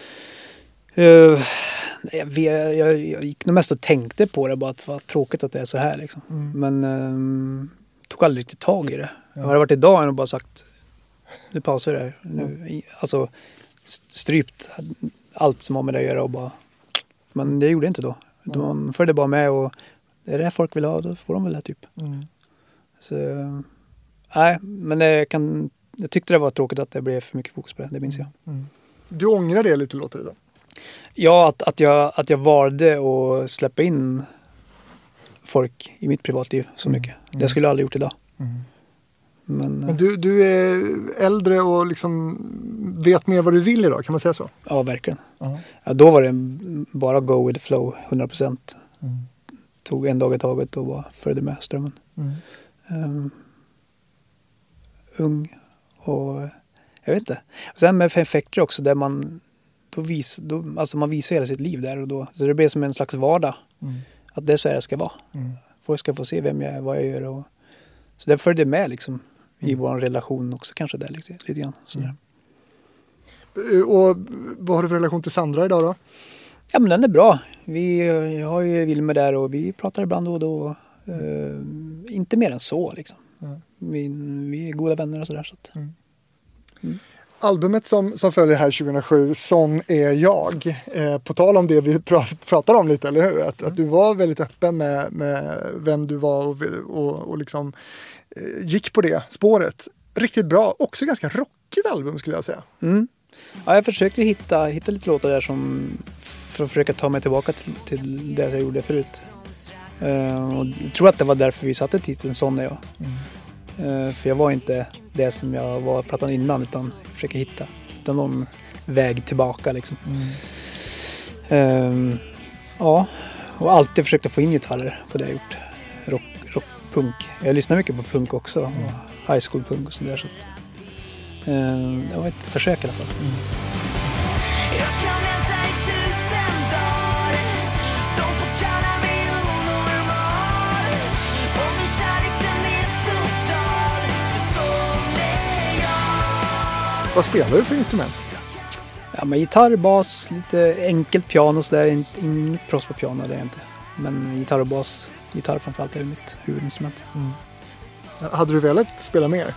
Jag gick nog mest och tänkte på det, bara att det var tråkigt att det är så här liksom. Men tog aldrig riktigt tag i det. Jag hade varit idag och bara sagt, nu pausar det här. Nu, strypt allt som har med det att göra och bara... Men det gjorde jag inte då. De följde bara med, och det är det folk vill ha, då får de väl det typ. Så, nej, men jag tyckte det var tråkigt att det blev för mycket fokus på det minns jag. Du ångrar det lite, låter det då? Ja, att jag valde att släppa in folk i mitt privatliv så mycket. Det skulle jag aldrig gjort idag. Men du är äldre och liksom vet mer vad du vill idag, kan man säga så? Ja, verkligen. Ja, då var det bara go with the flow, 100%. Tog en dag i taget och bara följde med strömmen. Ung och jag vet inte. Och sen med effekter också där man man visar hela sitt liv där och då. Så det blir som en slags vardag. Att det är så här det ska vara. Folk ska få se vem jag är, vad jag gör. Så det följde med liksom i vår relation också kanske där lite grann. Sådär. Och vad har du för relation till Sandra idag då? Ja, men den är bra. Jag har ju Wilmer där och vi pratar ibland då och då. Inte mer än så liksom. Vi är goda vänner och sådär. Så att. Albumet som följer här 2007, Sån är jag. På tal om det vi pratar om lite, eller hur? Att du var väldigt öppen med vem du var och liksom gick på det spåret. Riktigt bra. Också ganska rockigt album skulle jag säga. Ja, jag försökte hitta lite låtar där för att försöka ta mig tillbaka till det jag gjorde förut. Och jag tror att det var därför vi satte titeln Sån är jag. För jag var inte det som jag var plattan innan, utan försöka hitta någon väg tillbaka liksom. Ja, och alltid försökt få in gitarrer på det jag gjort. Rock, punk. Jag lyssnar mycket på punk också och high school punk och sådär, så att det var ett försök i alla fall. Jag kan vänta i 1000 dagar. De får kalla mig onormal. Om min kärlek den är total. Sån är jag. Vad spelar du för instrument? Ja, men gitarr, bas, lite enkelt piano så där. Ingen proffs på piano, det är inte. Men gitarr och bas, gitarr framförallt är mitt huvudinstrument. Hade du velat spela mer?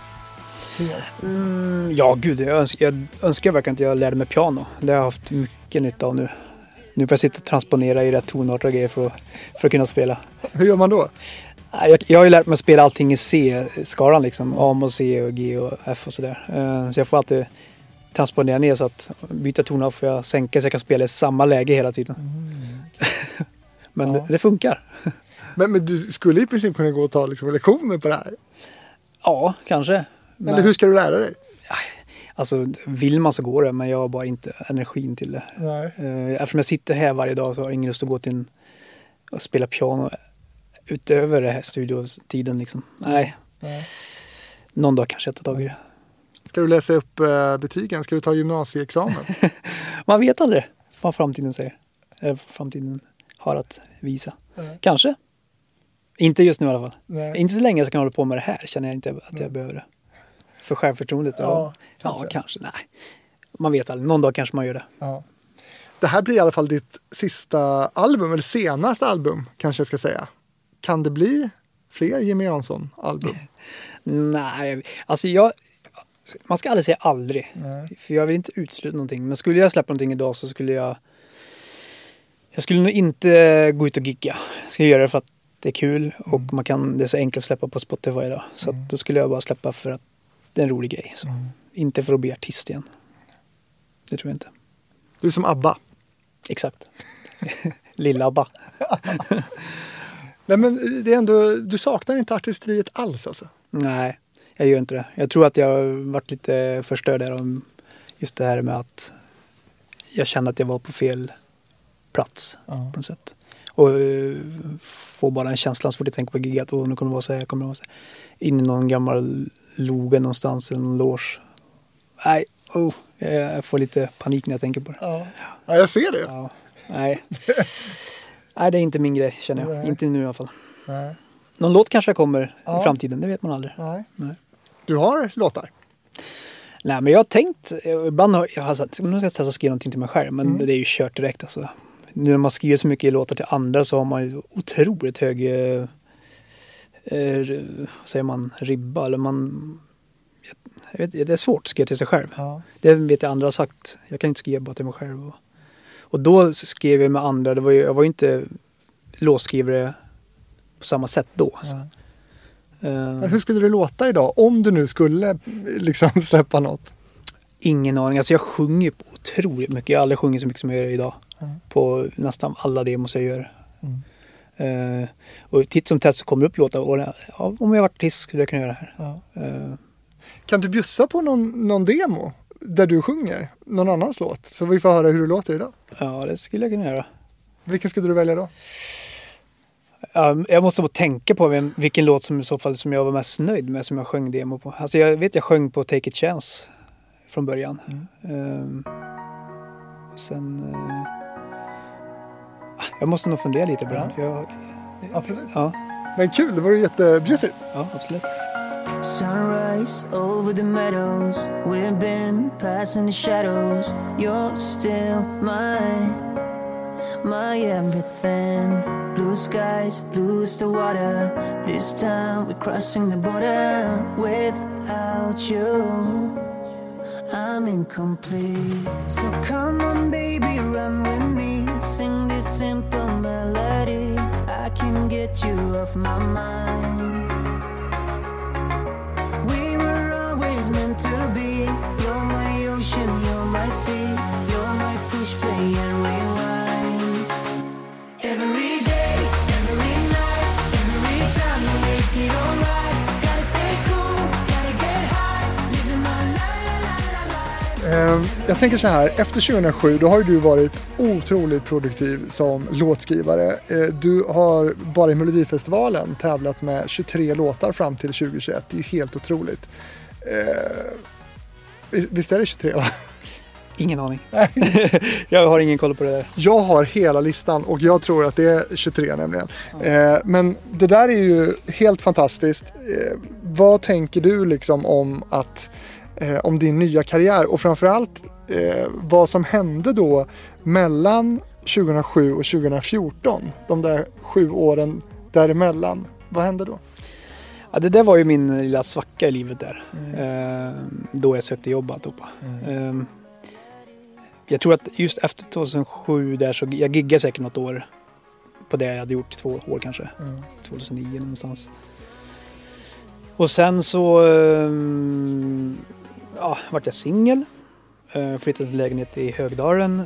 Ja, gud, jag önskar verkligen att jag lärde mig piano. Det har jag haft mycket nytta av nu. Nu får jag sitta och transponera i rätt tonarter och grejer för att kunna spela. Hur gör man då? Jag har ju lärt mig att spela allting i C-skalan liksom. A och C och G och F och sådär. Så jag får alltid transponera ner så att byta toner får jag sänka så jag kan spela i samma läge hela tiden. Men det funkar. Men du skulle i princip kunna gå och ta liksom lektioner på det här? Ja, kanske. Eller hur ska du lära dig? Alltså, vill man så går det, men jag har bara inte energin till det. Eftersom jag sitter här varje dag så har jag ingen lust att gå till och spela piano utöver det här studiotiden liksom. Nej. Någon dag kanske jag tar tag i det. Ska du läsa upp betygen? Ska du ta gymnasieexamen? Man vet aldrig vad framtiden säger. Framtiden har att visa. Kanske. Inte just nu i alla fall. Inte så länge jag ska hålla på med det här känner jag inte att jag behöver det. För självförtroendet. Ja, kanske. Nej. Man vet aldrig. Någon dag kanske man gör det. Ja. Det här blir i alla fall ditt sista album, eller senaste album kanske jag ska säga. Kan det bli fler Jimmy Jansson-album? Nej, alltså man ska aldrig säga aldrig. För jag vill inte utesluta någonting. Men skulle jag släppa någonting idag så skulle jag skulle nog inte gå ut och gigga. Jag ska göra det för att det är kul och det är så enkelt att släppa på Spotify idag. Så att då skulle jag bara släppa för att det är en rolig grej. Så. Inte för att bli artist igen. Det tror jag inte. Du är som ABBA. Exakt. Lilla ABBA. Nej, men det är ändå, du saknar inte artisteriet alls alltså? Nej, jag gör inte det. Jag tror att jag har varit lite förstörd där om just det här med att jag kände att jag var på fel plats på något sätt. Och får bara en känsla så fort jag tänker på gigat och nu kommer det vara så här, kommer det vara så här. In i någon gammal loge någonstans eller någon loge. Nej, jag får lite panik när jag tänker på det. Ja, jag ser det. Ja, nej. Nej, det är inte min grej känner jag. Nej. Inte nu i alla fall. Nej. Någon låt kanske kommer i framtiden, det vet man aldrig. Nej. Du har låtar? Nej, men jag har tänkt, ibland har jag sagt, nu ska jag testa att skriva någonting till mig själv, men det är ju kört direkt alltså. Nu när man skriver så mycket låtar till andra så har man ju otroligt hög säger man, ribba eller jag vet, det är svårt att skriva till sig själv. Ja. Det vet jag andra har sagt. Jag kan inte skriva bara till mig själv. Och då skrev jag med andra. Jag var ju inte låtskrivare på samma sätt då. Ja. Men hur skulle det låta idag om du nu skulle liksom släppa något? Ingen aning. Alltså jag sjunger på otroligt mycket. Jag har aldrig sjungit så mycket som jag gör idag. På nästan alla demos jag gör. Och titt som tätt så kommer upp låtar. Och, ja, om jag var artist skulle jag kunna göra det här. Ja. Kan du bjussa på någon demo där du sjunger någon annans låt? Så vi får höra hur det låter idag. Ja, det skulle jag kunna göra. Vilken skulle du välja då? Jag måste bara tänka på vilken låt som i så fall som jag var mest nöjd med som jag sjöng demo på. Alltså jag sjöng på Take It Chance från början. Sen jag måste nog fundera lite på det. Absolut. Ja. Men kul, det var ju jättebjussigt. Ja, absolut. Sunrise over the meadows, we've been passing the shadows. You're still my everything. Blue skies, blue's the water. This time we're crossing the border. Without you, I'm incomplete. So come on baby, run with me. Sing this simple melody. I can get you off my mind. We were always meant to be. You're my ocean, you're my sea. You're my push, play and rewind. Every day, every night, every time you make it alright. Gotta stay cool, gotta get high. Living my life. Jag tänker så här, efter 2007 då har ju du varit otroligt produktiv som låtskrivare. Du har bara i Melodifestivalen tävlat med 23 låtar fram till 2021. Det är ju helt otroligt. Visst är det 23 va? Ingen aning. Jag har ingen koll på det där. Jag har hela listan och jag tror att det är 23 nämligen. Men det där är ju helt fantastiskt. Vad tänker du liksom om din nya karriär och framförallt vad som hände då mellan 2007 och 2014, de där 7 åren däremellan. Vad hände då? Ja, det där var ju min lilla svacka i livet där. Då jag sökte jobb alltihopa. Jag tror att just efter 2007 där så jag giggade säkert något år på det jag hade gjort 2 år kanske. 2009 någonstans. Och sen så vart jag singel. Flyttade till lägenhet i Högdalen.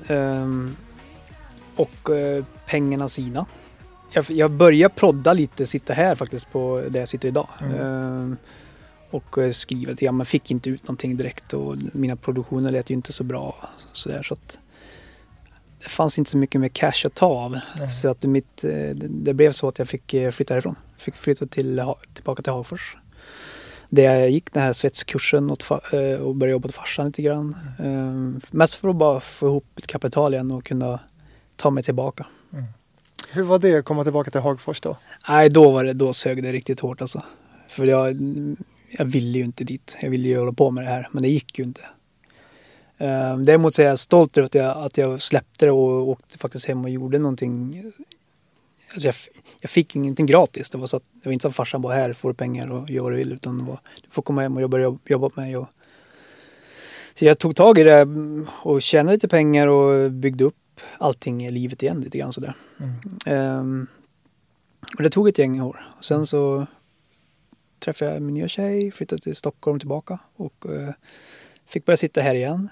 Och pengarna sina. Jag började prodda lite, sitta här faktiskt på där jag sitter idag. Och skriva lite. Man fick inte ut någonting direkt och mina produktioner lät ju inte så bra. Så att det fanns inte så mycket med cash att ta av. Så att det blev så att jag fick flytta härifrån. Fick flytta tillbaka till Hagfors. Där jag gick den här svetskursen och började jobba åt farsan lite grann. Mest för att bara få ihop ett kapital igen och kunna ta mig tillbaka. Hur var det att komma tillbaka till Hagfors då? Nej, då sög det riktigt hårt alltså. För jag ville ju inte dit. Jag ville ju hålla på med det här, men det gick ju inte. Däremot så är jag stolt över att jag släppte det och åkte faktiskt hem och gjorde någonting. Alltså jag fick ingenting gratis. Det var inte så att farsan var här, får pengar och gör vad du vill, utan det var, du får komma hem och börja jobba med mig. Så jag tog tag i det och tjänade lite pengar och byggde upp allting i livet igen lite grann sådär. Och det tog ett gäng år. Och sen så träffade jag min nya tjej, flyttade till Stockholm tillbaka och fick börja sitta här igen.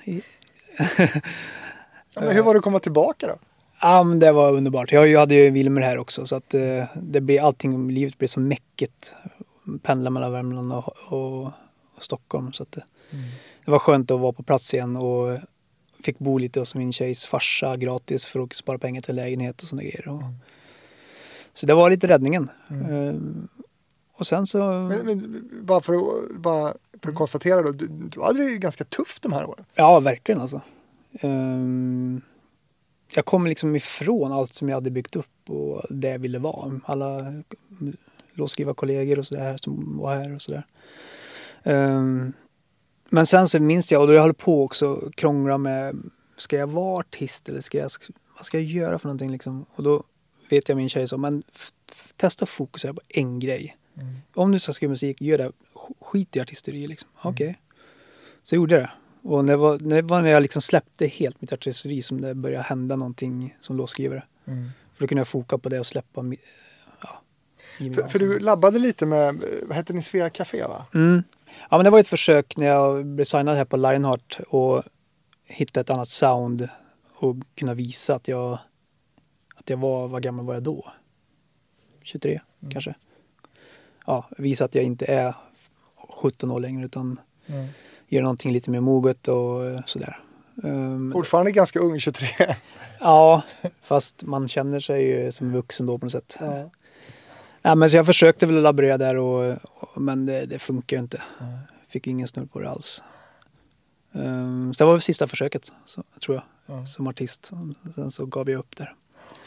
Men hur var det att komma tillbaka då? Ja, men det var underbart. Jag hade ju Wilmer här också så att allting i livet blev så mäcket. Pendla mellan Värmland och Stockholm så att det var skönt att vara på plats igen och fick bo lite hos min tjejs farsa gratis för att spara pengar till lägenhet och sådana grejer. Så det var lite räddningen. Och sen så... Men bara för att konstatera då, du hade det ju ganska tufft de här åren. Ja, verkligen alltså. Jag kom liksom ifrån allt som jag hade byggt upp och det jag ville vara. Alla låtskrivarkollegor och sådär som var här och sådär. Men sen så minns jag, och då jag höll på också krångla med, ska jag vara artist eller vad ska jag göra för någonting liksom? Och då vet jag min tjej så, men testa att fokusera på en grej. Om du ska skriva musik, gör det, skit i artisteri liksom. Okej. Så jag gjorde det. Och det var när jag liksom släppte helt mitt artisteri som det började hända någonting som låtskrivare. För då kunde jag foka på det och släppa för du labbade lite med, vad heter ni, Svea Café va? Ja, men det var ett försök när jag blev signad här på Lionheart och hitta ett annat sound och kunna visa att jag var, vad gammal var jag då? 23 kanske. Ja, visa att jag inte är 17 år längre utan gör någonting lite mer moget och sådär. Fortfarande ganska ung, 23. Ja, fast man känner sig ju som vuxen då på något sätt. Ja. Ja, men så jag försökte väl laborera där men det funkar ju inte. Fick ingen snurr på det alls. Så det var väl sista försöket så, tror jag, som artist. Sen så gav jag upp där.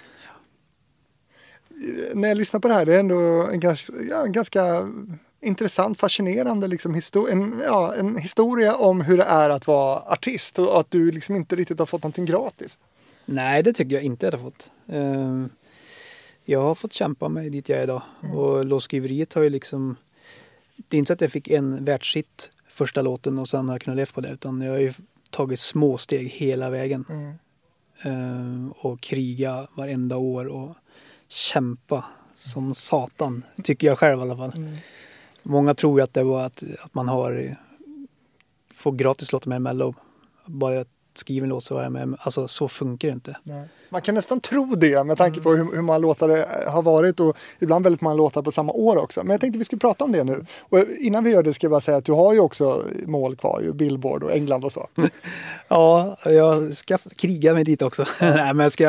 När jag lyssnar på det här, det är ändå en ganska intressant, fascinerande liksom en historia om hur det är att vara artist och att du liksom inte riktigt har fått någonting gratis. Nej, det tycker jag inte att jag har fått. Jag har fått kämpa mig dit jag är idag. Och låtskriveriet har ju liksom... Det är inte så att jag fick en världshit första låten och sen har jag kunnat leva på det. Utan jag har ju tagit små steg hela vägen. Och kriga varenda år och kämpa som satan. Tycker jag själv i alla fall. Många tror ju att det var att man får gratis låtar med Mello. Bara jag skriver en låt så är jag med. Alltså så funkar det inte. Nej. Man kan nästan tro det med tanke på hur många låtar det har varit och ibland väldigt många låtar på samma år också. Men jag tänkte vi skulle prata om det nu. Och innan vi gör det ska jag bara säga att du har ju också mål kvar, ju Billboard och England och så. Ja, jag ska kriga mig dit också. Nej, men jag ska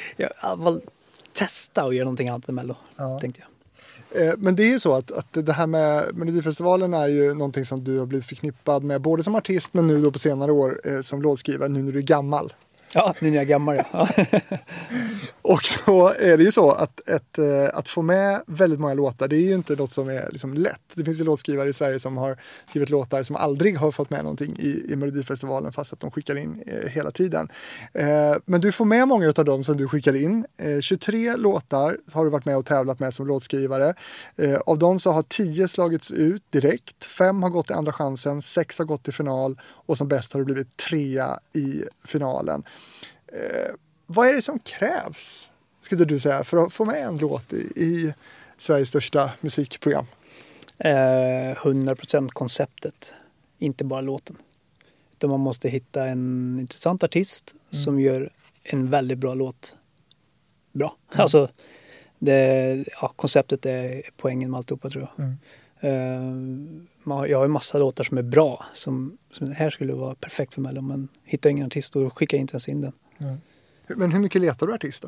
testa och göra någonting annat än Mello, tänkte jag. Men det är ju så att det här med Melodifestivalen är ju någonting som du har blivit förknippad med både som artist men nu då på senare år som låtskrivare, nu när du är gammal. Ja, nu när jag är gammal, ja. Och så är det ju så att få med väldigt många låtar, det är ju inte något som är liksom lätt. Det finns ju låtskrivare i Sverige som har skrivit låtar som aldrig har fått med någonting i Melodifestivalen fast att de skickar in hela tiden. Men du får med många av dem som du skickar in. 23 låtar har du varit med och tävlat med som låtskrivare. Av dem så har 10 slagits ut direkt, 5 har gått till andra chansen, 6 har gått till final och som bäst har det blivit 3 i finalen. Vad är det som krävs, skulle du säga, för att få med en låt i Sveriges största musikprogram? 100% konceptet, inte bara låten. Utan man måste hitta en intressant artist som gör en väldigt bra låt bra. Alltså, konceptet är poängen med alltihopa, tror jag. Jag har en massa låtar som är bra, som här skulle vara perfekt för mig, men hittar ingen artist och skickar inte ens in den. Men hur mycket letar du artist då?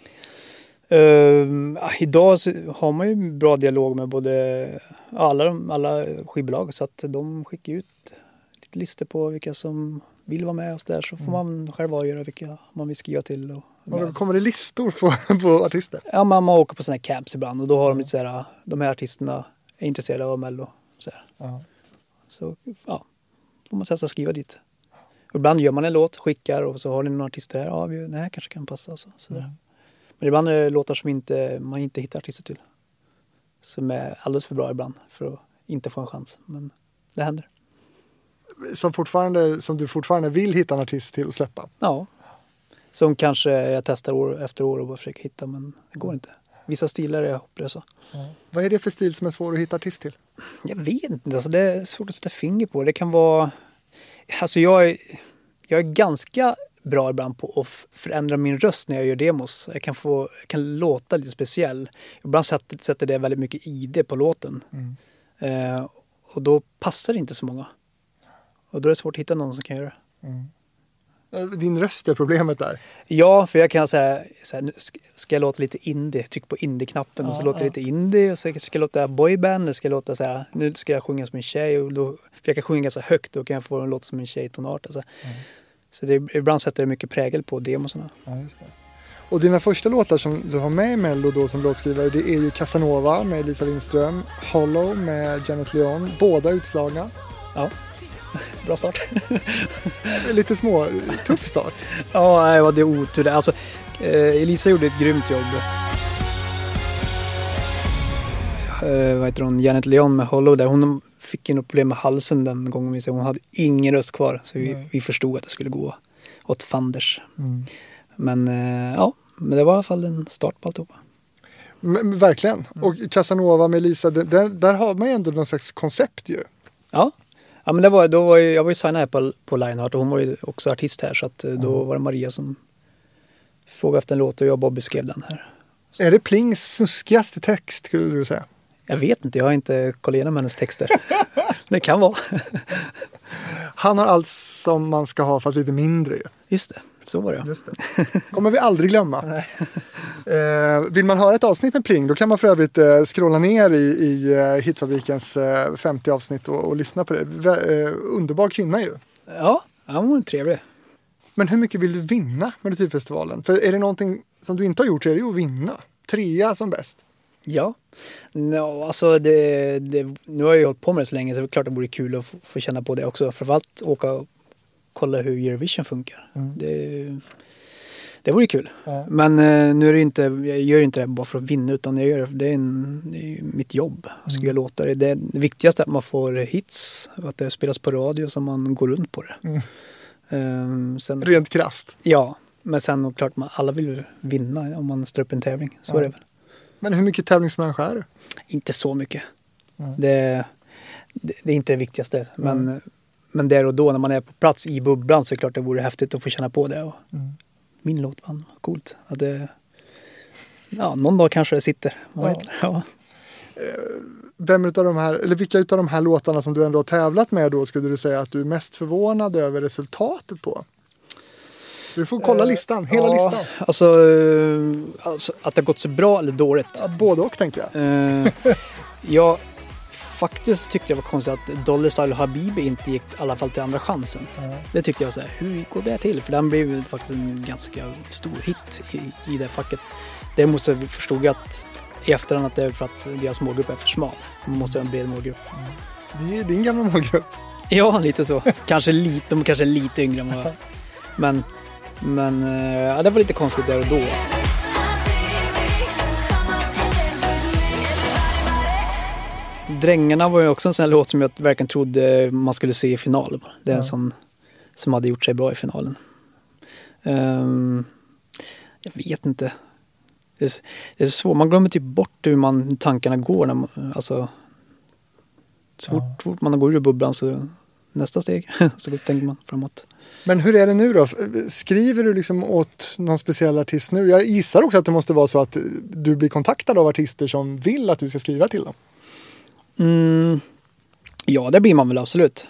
Idag så har man ju bra dialog med både alla skivbolag, så att de skickar ut lite listor på vilka som vill vara med och så där, så får man själv avgöra vilka man vill skriva till. Och då kommer det listor på artister? Ja, man åker på såna här camps ibland och då har de lite så här, de här artisterna är intresserade av Mello. Så får man sätta skriva dit. Och ibland gör man en låt, skickar och så har ni några artister här. Ja, det här kanske kan passa. Så där. Men ibland är det låtar som man inte hittar artister till. Som är alldeles för bra ibland för att inte få en chans. Men det händer. Som du fortfarande vill hitta en artist till att släppa? Ja. Som kanske jag testar år efter år och bara försöker hitta, men det går inte. Vissa stilar är hopplösa. Vad är det för stil som är svår att hitta artist till? Jag vet inte. Alltså det är svårt att sätta finger på. Det kan vara... Alltså jag är ganska bra ibland på att förändra min röst när jag gör demos. Jag kan låta lite speciell. Ibland sätter det väldigt mycket ID på låten. Och då passar det inte så många. Och då är det svårt att hitta någon som kan göra det. Din röst är problemet där? Ja, för jag kan säga nu ska jag låta lite indie. Tryck på indie-knappen och så låter lite indie. Och så ska jag låta boyband. Och ska jag låta så här, nu ska jag sjunga som en tjej. Och då, för jag kan sjunga ganska högt. Då kan jag få en låt som en tjejtonart. Alltså. Så ibland sätter det mycket prägel på demosarna. Ja, just det. Och dina första låtar som du har med i Mello då som låtskrivare, det är ju Casanova med Lisa Lindström, Hollow med Janet Leon, båda utslagna. Ja. Bra start. Lite tuff start. Ja, det är otur. Alltså, Elisa gjorde ett grymt jobb. Vad heter hon? Janet Leon med Hollow där. Hon fick något problem med halsen den gången. Hon hade ingen röst kvar. Så vi förstod att det skulle gå åt fanders. Men men det var i alla fall en start på alltihopa. Men, verkligen. Och Casanova med Elisa, där har man ju ändå någon slags koncept ju. Ja. Ja, men jag var ju signad här på Lionheart och hon var ju också artist här, så att då var det Maria som frågade efter en låt och jag bara beskrev den här. Är det Plings snuskigaste text, skulle du säga? Jag vet inte, jag har inte kollat igenom hennes texter. Det kan vara. Han har allt som man ska ha, fast lite mindre. Just det, så var det. Just det. Kommer vi aldrig glömma. Vill man höra ett avsnitt med Pling, då kan man för övrigt scrolla ner i Hitfabrikens 50 avsnitt och lyssna på det. Underbar kvinna ju. Ja, hon är trevlig. Men hur mycket vill du vinna Melodifestivalen? För är det någonting som du inte har gjort, så är det ju att vinna. 3 som bäst. Ja, alltså nu har jag ju hållit på med det så länge, så det är klart att det vore kul att få känna på det också. Framförallt åka och kolla hur Eurovision funkar. Det vore kul. Ja. Men nu är det inte, jag gör inte det bara för att vinna, utan jag gör det är mitt jobb. Jag ska göra låtar. Det viktigaste är att man får hits, att det spelas på radio så man går runt på det. Sen, rent krasst. Ja, men sen klart alla vill vinna om man står upp en tävling. Så är det väl. Men hur mycket tävlingsmänniska är du? Inte så mycket. Det är inte det viktigaste. Men där och då när man är på plats i bubblan, så är det klart det vore häftigt att få känna på det. Och min låt vann. Coolt. Någon dag kanske det sitter. Ja. Vem utav de här, eller vilka utav de här låtarna som du ändå har tävlat med då, skulle du säga att du är mest förvånad över resultatet på? Du får kolla listan, hela listan. Alltså att det har gått så bra eller dåligt? Ja, både och, tänker jag. Jag faktiskt tyckte det var konstigt att Dolly Style och Habibi inte gick i alla fall till andra chansen. Det tyckte jag så här, hur går det till? För den blev faktiskt en ganska stor hit i det facket. Däremot så förstod jag att i efterhand att det är för att deras målgrupp är för smal. Man måste ha en bred målgrupp. Det är din gamla målgrupp. Ja, lite så. Kanske lite yngre än vad. Men det var lite konstigt där och då. Drängarna var ju också en sån här låt som jag verkligen trodde man skulle se i final. Det är en sån som hade gjort sig bra i finalen. Jag vet inte. Det är svårt. Man glömmer typ bort hur tankarna går. När man, alltså, så fort man går ur bubblan, så nästa steg. Så då tänker man framåt. Men hur är det nu då? Skriver du liksom åt någon speciell artist nu? Jag gissar också att det måste vara så att du blir kontaktad av artister som vill att du ska skriva till dem. Ja, det blir man väl absolut.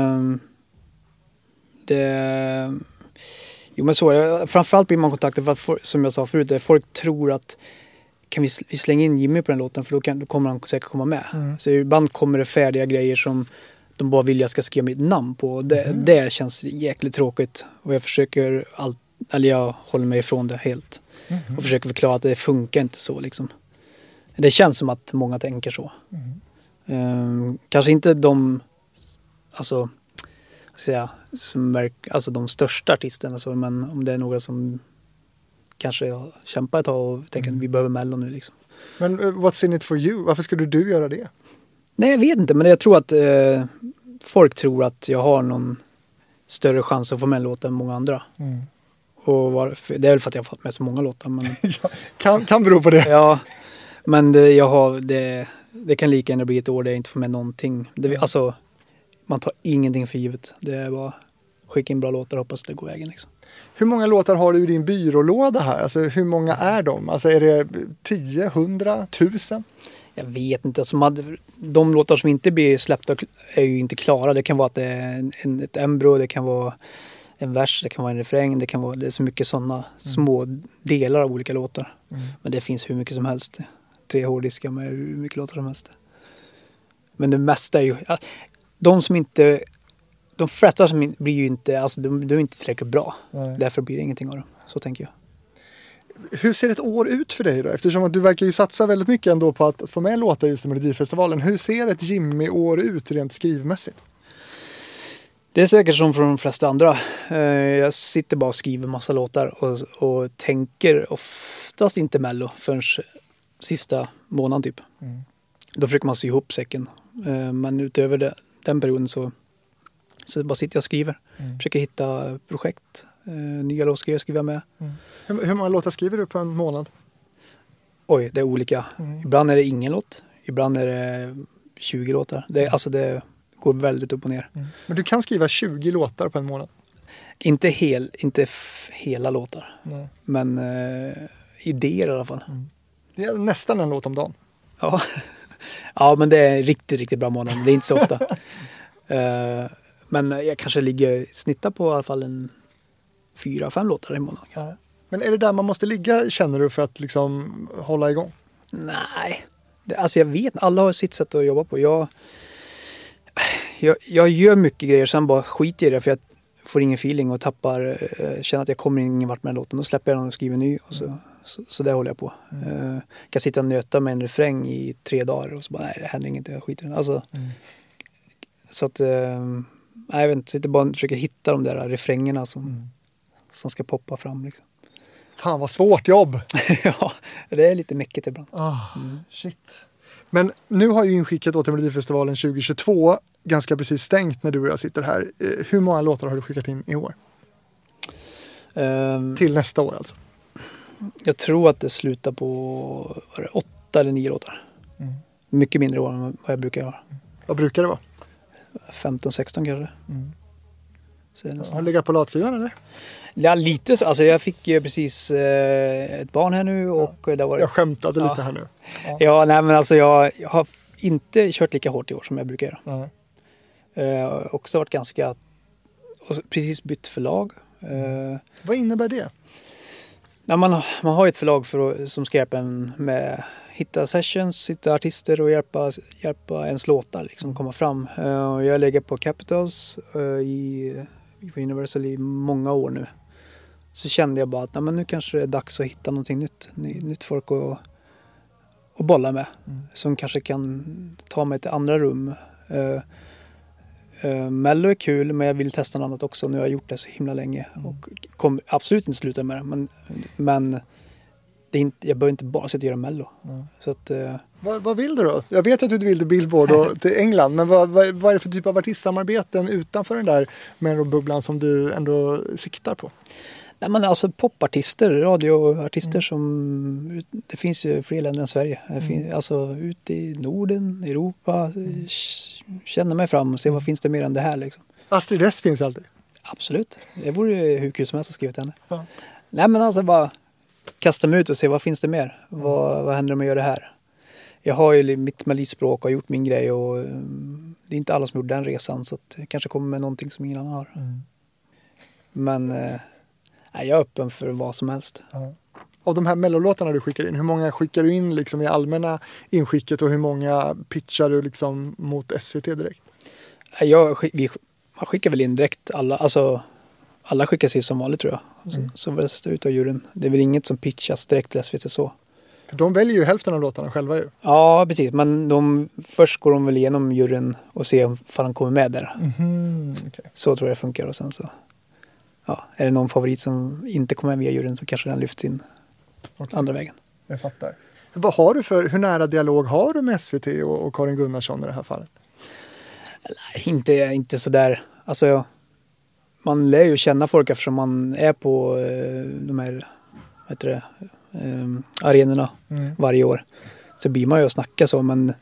Jo, men så är det. Framförallt blir man kontaktad för att, som jag sa förut, folk tror att kan vi slänga in Jimmy på den låten, för då kommer han säkert komma med. Så ibland kommer det färdiga grejer som de bara vill jag ska skriva mitt namn på. Det känns jäkligt tråkigt. Och jag försöker jag håller mig ifrån det helt. Och försöker förklara att det funkar inte så liksom. Det känns som att många tänker så. Kanske inte de de största artisterna så, men om det är några som kanske kämpar ett tag och tänker att vi behöver Mello nu liksom. Men what's in it for you? Varför skulle du göra det? Nej, jag vet inte, men jag tror att folk tror att jag har någon större chans att få med en låt än många andra. Och det är väl för att jag har fått med så många låtar. Men kan bero på det. Ja, men det kan lika gärna bli ett år där jag inte får med någonting. Alltså, man tar ingenting för givet. Det är bara skicka in bra låtar och hoppas det går vägen liksom. Hur många låtar har du i din byrålåda här? Alltså, hur många är de? Alltså, är det 10, 100, 1000? Jag vet inte. Alltså, de låtar som inte blir släppta är ju inte klara. Det kan vara att det är ett embryo, det kan vara en vers, det kan vara en refräng, det är så mycket sådana små delar av olika låtar. Men det finns hur mycket som helst. 3 hårddiskar med hur mycket låtar som helst. Men det mesta är ju... De flesta som blir ju inte... Alltså de är inte tillräckligt bra. Nej. Därför blir det ingenting av dem. Så tänker jag. Hur ser ett år ut för dig då? Eftersom att du verkar ju satsa väldigt mycket ändå på att få med låtar just i Melodifestivalen. Hur ser ett Jimmy-år ut rent skrivmässigt? Det är säkert som för de flesta andra. Jag sitter bara och skriver massa låtar och tänker oftast inte Mello förrän sista månaden typ. Då försöker man sy ihop säcken. Men utöver den perioden så bara sitter jag och skriver. Försöker hitta projekt. Nya låtar ska jag skriva med. Hur många låtar skriver du på en månad? Oj, det är olika. Ibland är det ingen låt. Ibland är det 20 låtar. Det går väldigt upp och ner. Men du kan skriva 20 låtar på en månad? Inte hela låtar. Nej. Men idéer i alla fall. Det är nästan en låt om dagen. Ja. Ja, men det är en riktigt, riktigt bra månad. Det är inte så ofta. Men jag kanske snittar på i alla fall en 4-5 låtar i månaden. Ja. Men är det där man måste ligga, känner du, för att liksom hålla igång? Nej. Alltså jag vet, alla har sitt sätt att jobba på. Jag gör mycket grejer, sen bara skiter i det för jag får ingen feeling och känner att jag kommer ingen vart med låten. Då släpper jag den och skriver ny och så där håller jag på. Kan sitta och nöta med en refräng i 3 dagar och så bara, nej, det händer inget, jag skiter i det. Alltså, så att, jag vet inte, sitter bara och försöker hitta de där refrängerna som ska poppa fram liksom. Fan vad svårt jobb! Ja, det är lite mäckigt ibland. Shit. Men nu har ju inskicket till Melodifestivalen 2022 ganska precis stängt när du och jag sitter här. Hur många låtar har du skickat in i år? Till nästa år alltså? Jag tror att det slutar på 8 eller 9 låtar. Mycket mindre år än vad jag brukar göra. Vad brukar det vara? 15-16 kanske. Så har du legat på latsidan eller? Ja, lite så. Alltså jag fick ju precis ett barn här nu och där var det... Jag skämtade lite här nu. Ja, nej men alltså jag har inte kört lika hårt i år som jag brukar göra. Också varit ganska... precis bytt förlag. Vad innebär det? Nej, man har ett förlag som ska hjälpa en med hitta sessions, hitta artister och hjälpa ens låtar liksom komma fram. Jag lägger på Capitals på Universal i många år nu. Så kände jag bara att men nu kanske det är dags att hitta någonting nytt folk att bolla med. Som kanske kan ta mig till andra rum. Mello är kul, men jag vill testa något annat också. Nu har jag gjort det så himla länge och kommer absolut inte sluta med det. Men det är inte, jag behöver inte bara sitta och göra Mello. Så att, vad vill du då? Jag vet att du vill till Billboard och till England, men vad är det för typ av artistsamarbeten utanför den där Mello-bubblan som du ändå siktar på? Nej, men alltså popartister, radioartister som... Det finns ju fler länder än Sverige. Det finns, alltså ute i Norden, Europa. Känna mig fram och se vad finns det mer än det här liksom. Astrid S finns alltid. Absolut. Det vore hur kul som helst att skriva till henne. Ja. Nej, men alltså bara kasta mig ut och se vad finns det mer. Vad händer om jag gör det här? Jag har ju mitt melodispråk och gjort min grej och det är inte alla som gjort den resan så att jag kanske kommer med någonting som ingen annan har. Men jag är öppen för vad som helst. Av de här mellolåtarna du skickar in, hur många skickar du in liksom i allmänna inskicket och hur många pitchar du liksom mot SVT direkt? Man skickar väl in direkt alla skickas sig som vanligt tror jag. Så väl ut av juryn. Det är väl inget som pitchas direkt till SVT så. De väljer ju hälften av låtarna själva ju. Ja, precis. Men först går de väl igenom juryn och ser om han kommer med där. Okay. Så tror jag det funkar. Och sen så är det någon favorit som inte kommer med via juryn så kanske den lyfts in andra vägen. Jag fattar. Hur nära dialog har du med SVT och Karin Gunnarsson i det här fallet? Nej, inte så där. Alltså, man lär ju känna folk eftersom man är på de här arenorna varje år. Så blir man ju att snacka så, men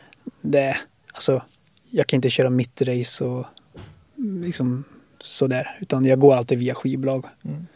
jag kan inte köra mitt race och liksom sådär, utan jag går alltid via skivbolag.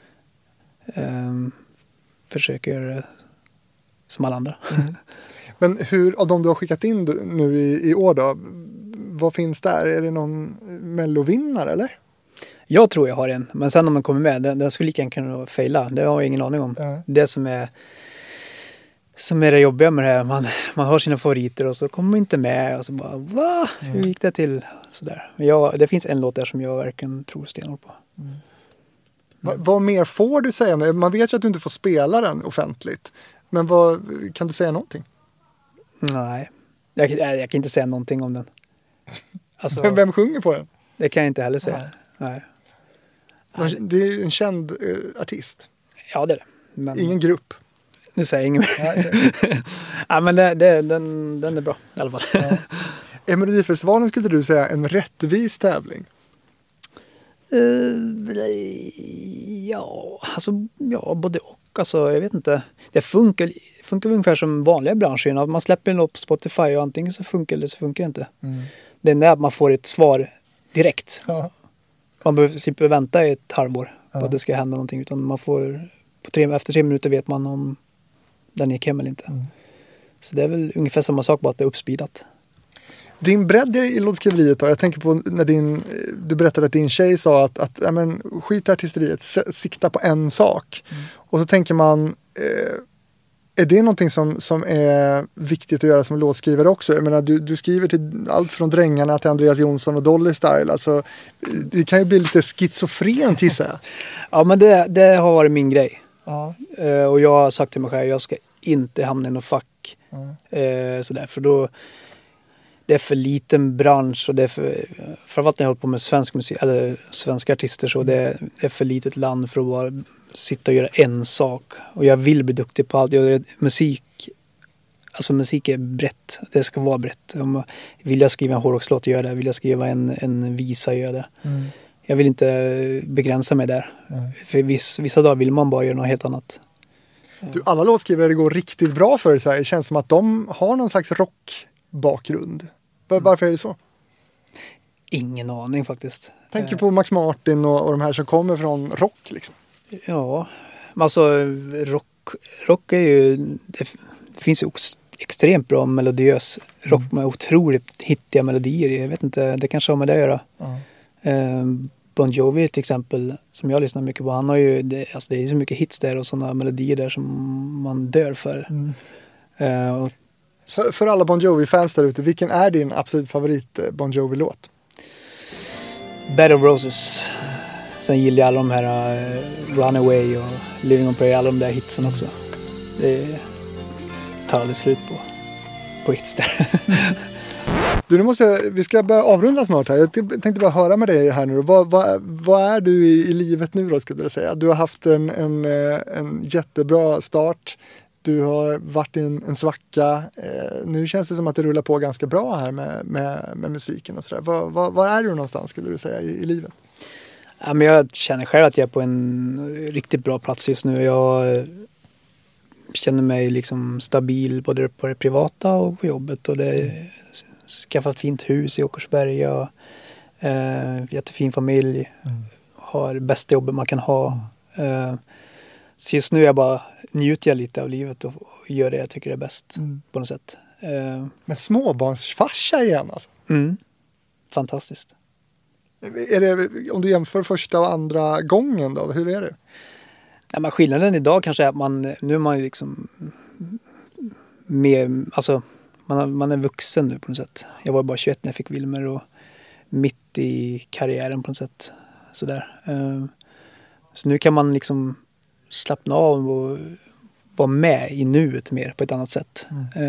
Försöker göra det som alla andra. Men hur, av de du har skickat in nu i år då, vad finns där? Är det någon mellovinnare eller? Jag tror jag har en, men sen om man kommer med, den skulle lika gärna kunna faila. Det har jag ingen aning om. Det som är det jobbiga med det här, man har sina favoriter och så kommer man inte med och så bara, va? Hur gick det till? Sådär. Men det finns en låt där som jag verkligen tror stenhårt på. Vad mer får du säga? Man vet ju att du inte får spela den offentligt. Men kan du säga någonting? Nej, jag kan inte säga någonting om den. Alltså, men vem sjunger på den? Det kan jag inte heller säga. Nej. Det är en känd artist. Ja, det är det. Men... Ingen grupp. Det säger ingen mer. Ja, men den är bra i alla fall. Är Melodifestivalen, skulle du säga, en rättvis tävling? Både och. Alltså, jag vet inte. Det funkar ungefär som vanliga branscher. Man släpper en låt på Spotify och antingen så funkar det eller så funkar det inte. Det är när man får ett svar direkt. Man behöver slippa vänta ett halvår på att det ska hända någonting. Utan man får efter 3 minuter vet man om den gick hem eller inte. Så det är väl ungefär samma sak, bara att det är uppspeedat. Din bredd i låtskriveriet då? Jag tänker på när du berättade att din tjej sa att ja, men, skit artisteriet, sikta på en sak. Och så tänker man, är det någonting som är viktigt att göra som låtskrivare också? Jag menar, du skriver till allt från Drängarna till Andreas Jonsson och Dolly Style. Alltså, det kan ju bli lite schizofrent, gissar jag. Ja, men det har varit min grej. Och jag har sagt till mig själv, jag ska inte hamna i något fack. Sådär, för då det är för liten bransch och det är framförallt när jag håller på med svensk musik eller svenska artister, så det är för litet land för att bara sitta och göra en sak. Och jag vill bli duktig på allt. Musik är brett. Det ska vara brett. Vill jag skriva en hårdrockslåt, gör det. Vill jag skriva en visa, gör det. Jag vill inte begränsa mig där. För vissa dagar vill man bara göra något helt annat. Du, alla låtskrivare, det går riktigt bra för i Sverige. Det känns som att de har någon slags rockbakgrund. Varför är det så? Ingen aning faktiskt. Tänker på Max Martin och de här som kommer från rock liksom. Ja, alltså rock är ju, det finns ju extremt bra melodiös rock med otroligt hittiga melodier. Jag vet inte, det kanske har med det att göra. Bon Jovi till exempel, som jag lyssnar mycket på, han har ju, det är så mycket hits där och sådana melodier där som man dör för. För alla Bon Jovi-fans där ute, vilken är din absolut favorit Bon Jovi-låt? Bed of Roses. Sen gillar jag alla de här Runaway och Living on Prairie, alla de där hitsen också. Det tar aldrig slut på hits där. Du, vi ska börja avrunda snart här. Jag tänkte bara höra med dig här nu. Vad är du i livet nu då, skulle jag säga? Du har haft en jättebra start. Du har varit i en svacka. Nu känns det som att det rullar på ganska bra här med musiken och sådär. Var är du någonstans, skulle du säga, i livet? Ja, men jag känner själv att jag är på en riktigt bra plats just nu. Jag känner mig liksom stabil både på det privata och på jobbet. Och det skaffat ett fint hus i Åkersberg. Och jättefin familj. Har bästa jobbet man kan ha. Så just nu njuter jag lite av livet och gör det jag tycker är bäst på något sätt. Men småbarnsfarsa igen alltså? Fantastiskt. Är det, om du jämför första och andra gången då, hur är det? Ja, men skillnaden idag kanske är att nu är man liksom mer, alltså man är vuxen nu på något sätt. Jag var bara 21 när jag fick Wilmer och mitt i karriären på något sätt. Sådär. Så nu kan man liksom slappna av och vara med i nuet mer på ett annat sätt.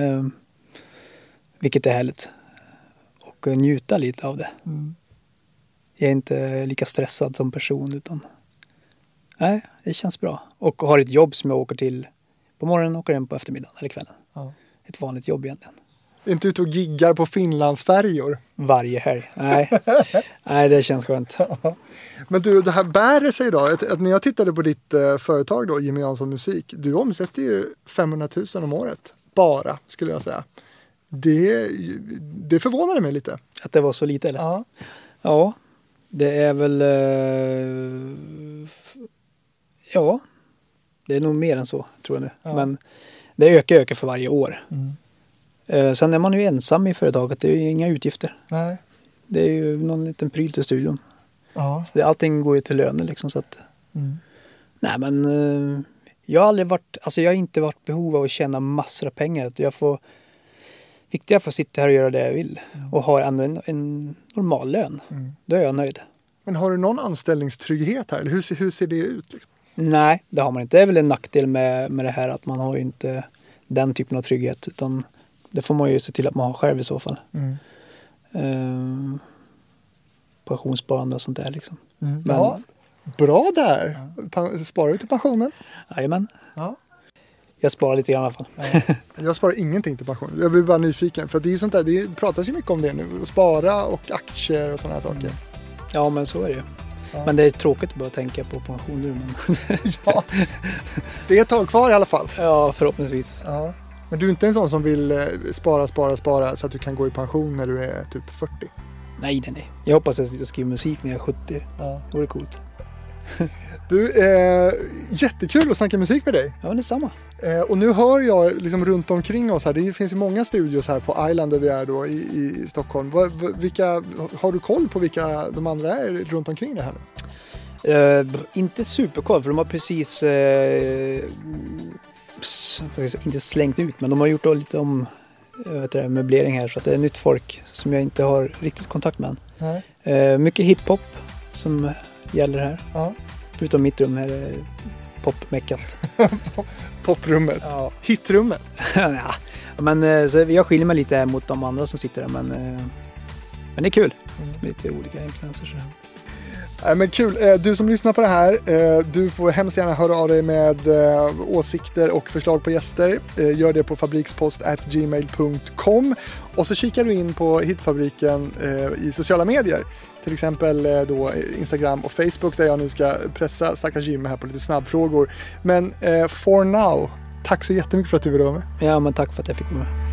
Vilket är härligt. Och njuta lite av det. Jag är inte lika stressad som person, utan nej, det känns bra. Och har ett jobb som jag åker till på morgonen och åker hem på eftermiddagen eller kvällen. Ett vanligt jobb egentligen. Inte ute och giggar på Finlandsfärjor? Varje helg. Nej, det känns skönt. Men du, det här bär det sig då? Att när jag tittade på ditt företag då, Jimmy Jansson Musik, du omsätter ju 500 000 om året. Bara, skulle jag säga. Det förvånade mig lite. Att det var så lite, eller? Ja, det är väl... ja, det är nog mer än så, tror jag nu. Ja. Men det ökar för varje år. Sen är man ju ensam i företaget. Det är ju inga utgifter. Nej. Det är ju någon liten pryl till studion. Ja. Så allting går ju till löner liksom. Så att, nej, men jag har inte varit behov av att tjäna massor av pengar. Viktigt är att få sitta här och göra det jag vill. Och ha ändå en normal lön. Då är jag nöjd. Men har du någon anställningstrygghet här? Eller hur ser det ut? Nej, det har man inte. Det är väl en nackdel med det här att man har ju inte den typen av trygghet. Utan det får man ju se till att man har själv i så fall. Pensionssparande och sånt där liksom. Men, ja, bra där. Sparar du till pensionen? Jajamän. Ja. Jag sparar lite grann i alla fall. Ja. Jag sparar ingenting till pension. Jag blir bara nyfiken. För det är sånt där, det pratas ju mycket om det nu. Spara och aktier och såna här saker. Ja, men så är det ju. Ja. Men det är tråkigt att börja tänka på pension nu. Men... ja, det är ett tag kvar i alla fall. Ja, förhoppningsvis. Ja. Men du är inte en sån som vill spara så att du kan gå i pension när du är typ 40? Nej. Jag hoppas att jag skriver musik när jag är 70. Ja. Det vore coolt. Du, jättekul att snacka musik med dig. Ja, det är samma. Och nu hör jag liksom runt omkring oss här, det finns ju många studios här på Island där vi är då i Stockholm. Har du koll på vilka de andra är runt omkring det här nu? Inte superkoll, för de har precis inte slängt ut, men de har gjort då lite om möblering här, så att det är nytt folk som jag inte har riktigt kontakt med än. Mycket hiphop som gäller här. Ja. Förutom mitt rum här är popmeckat. Poprummet? Ja. Hitrummet? Ja, men så jag skiljer mig lite mot de andra som sitter där, men det är kul. Med lite olika influenser. Men kul. Du som lyssnar på det här, du får hemskt gärna höra av dig med åsikter och förslag på gäster. Gör det på fabrikspost@gmail.com, och så kikar du in på Hitfabriken i sociala medier. Till exempel då Instagram och Facebook, där jag nu ska pressa stackars Jimmy här på lite snabbfrågor. Men for now, tack så jättemycket för att du ville vara med. Ja, men tack för att jag fick vara med.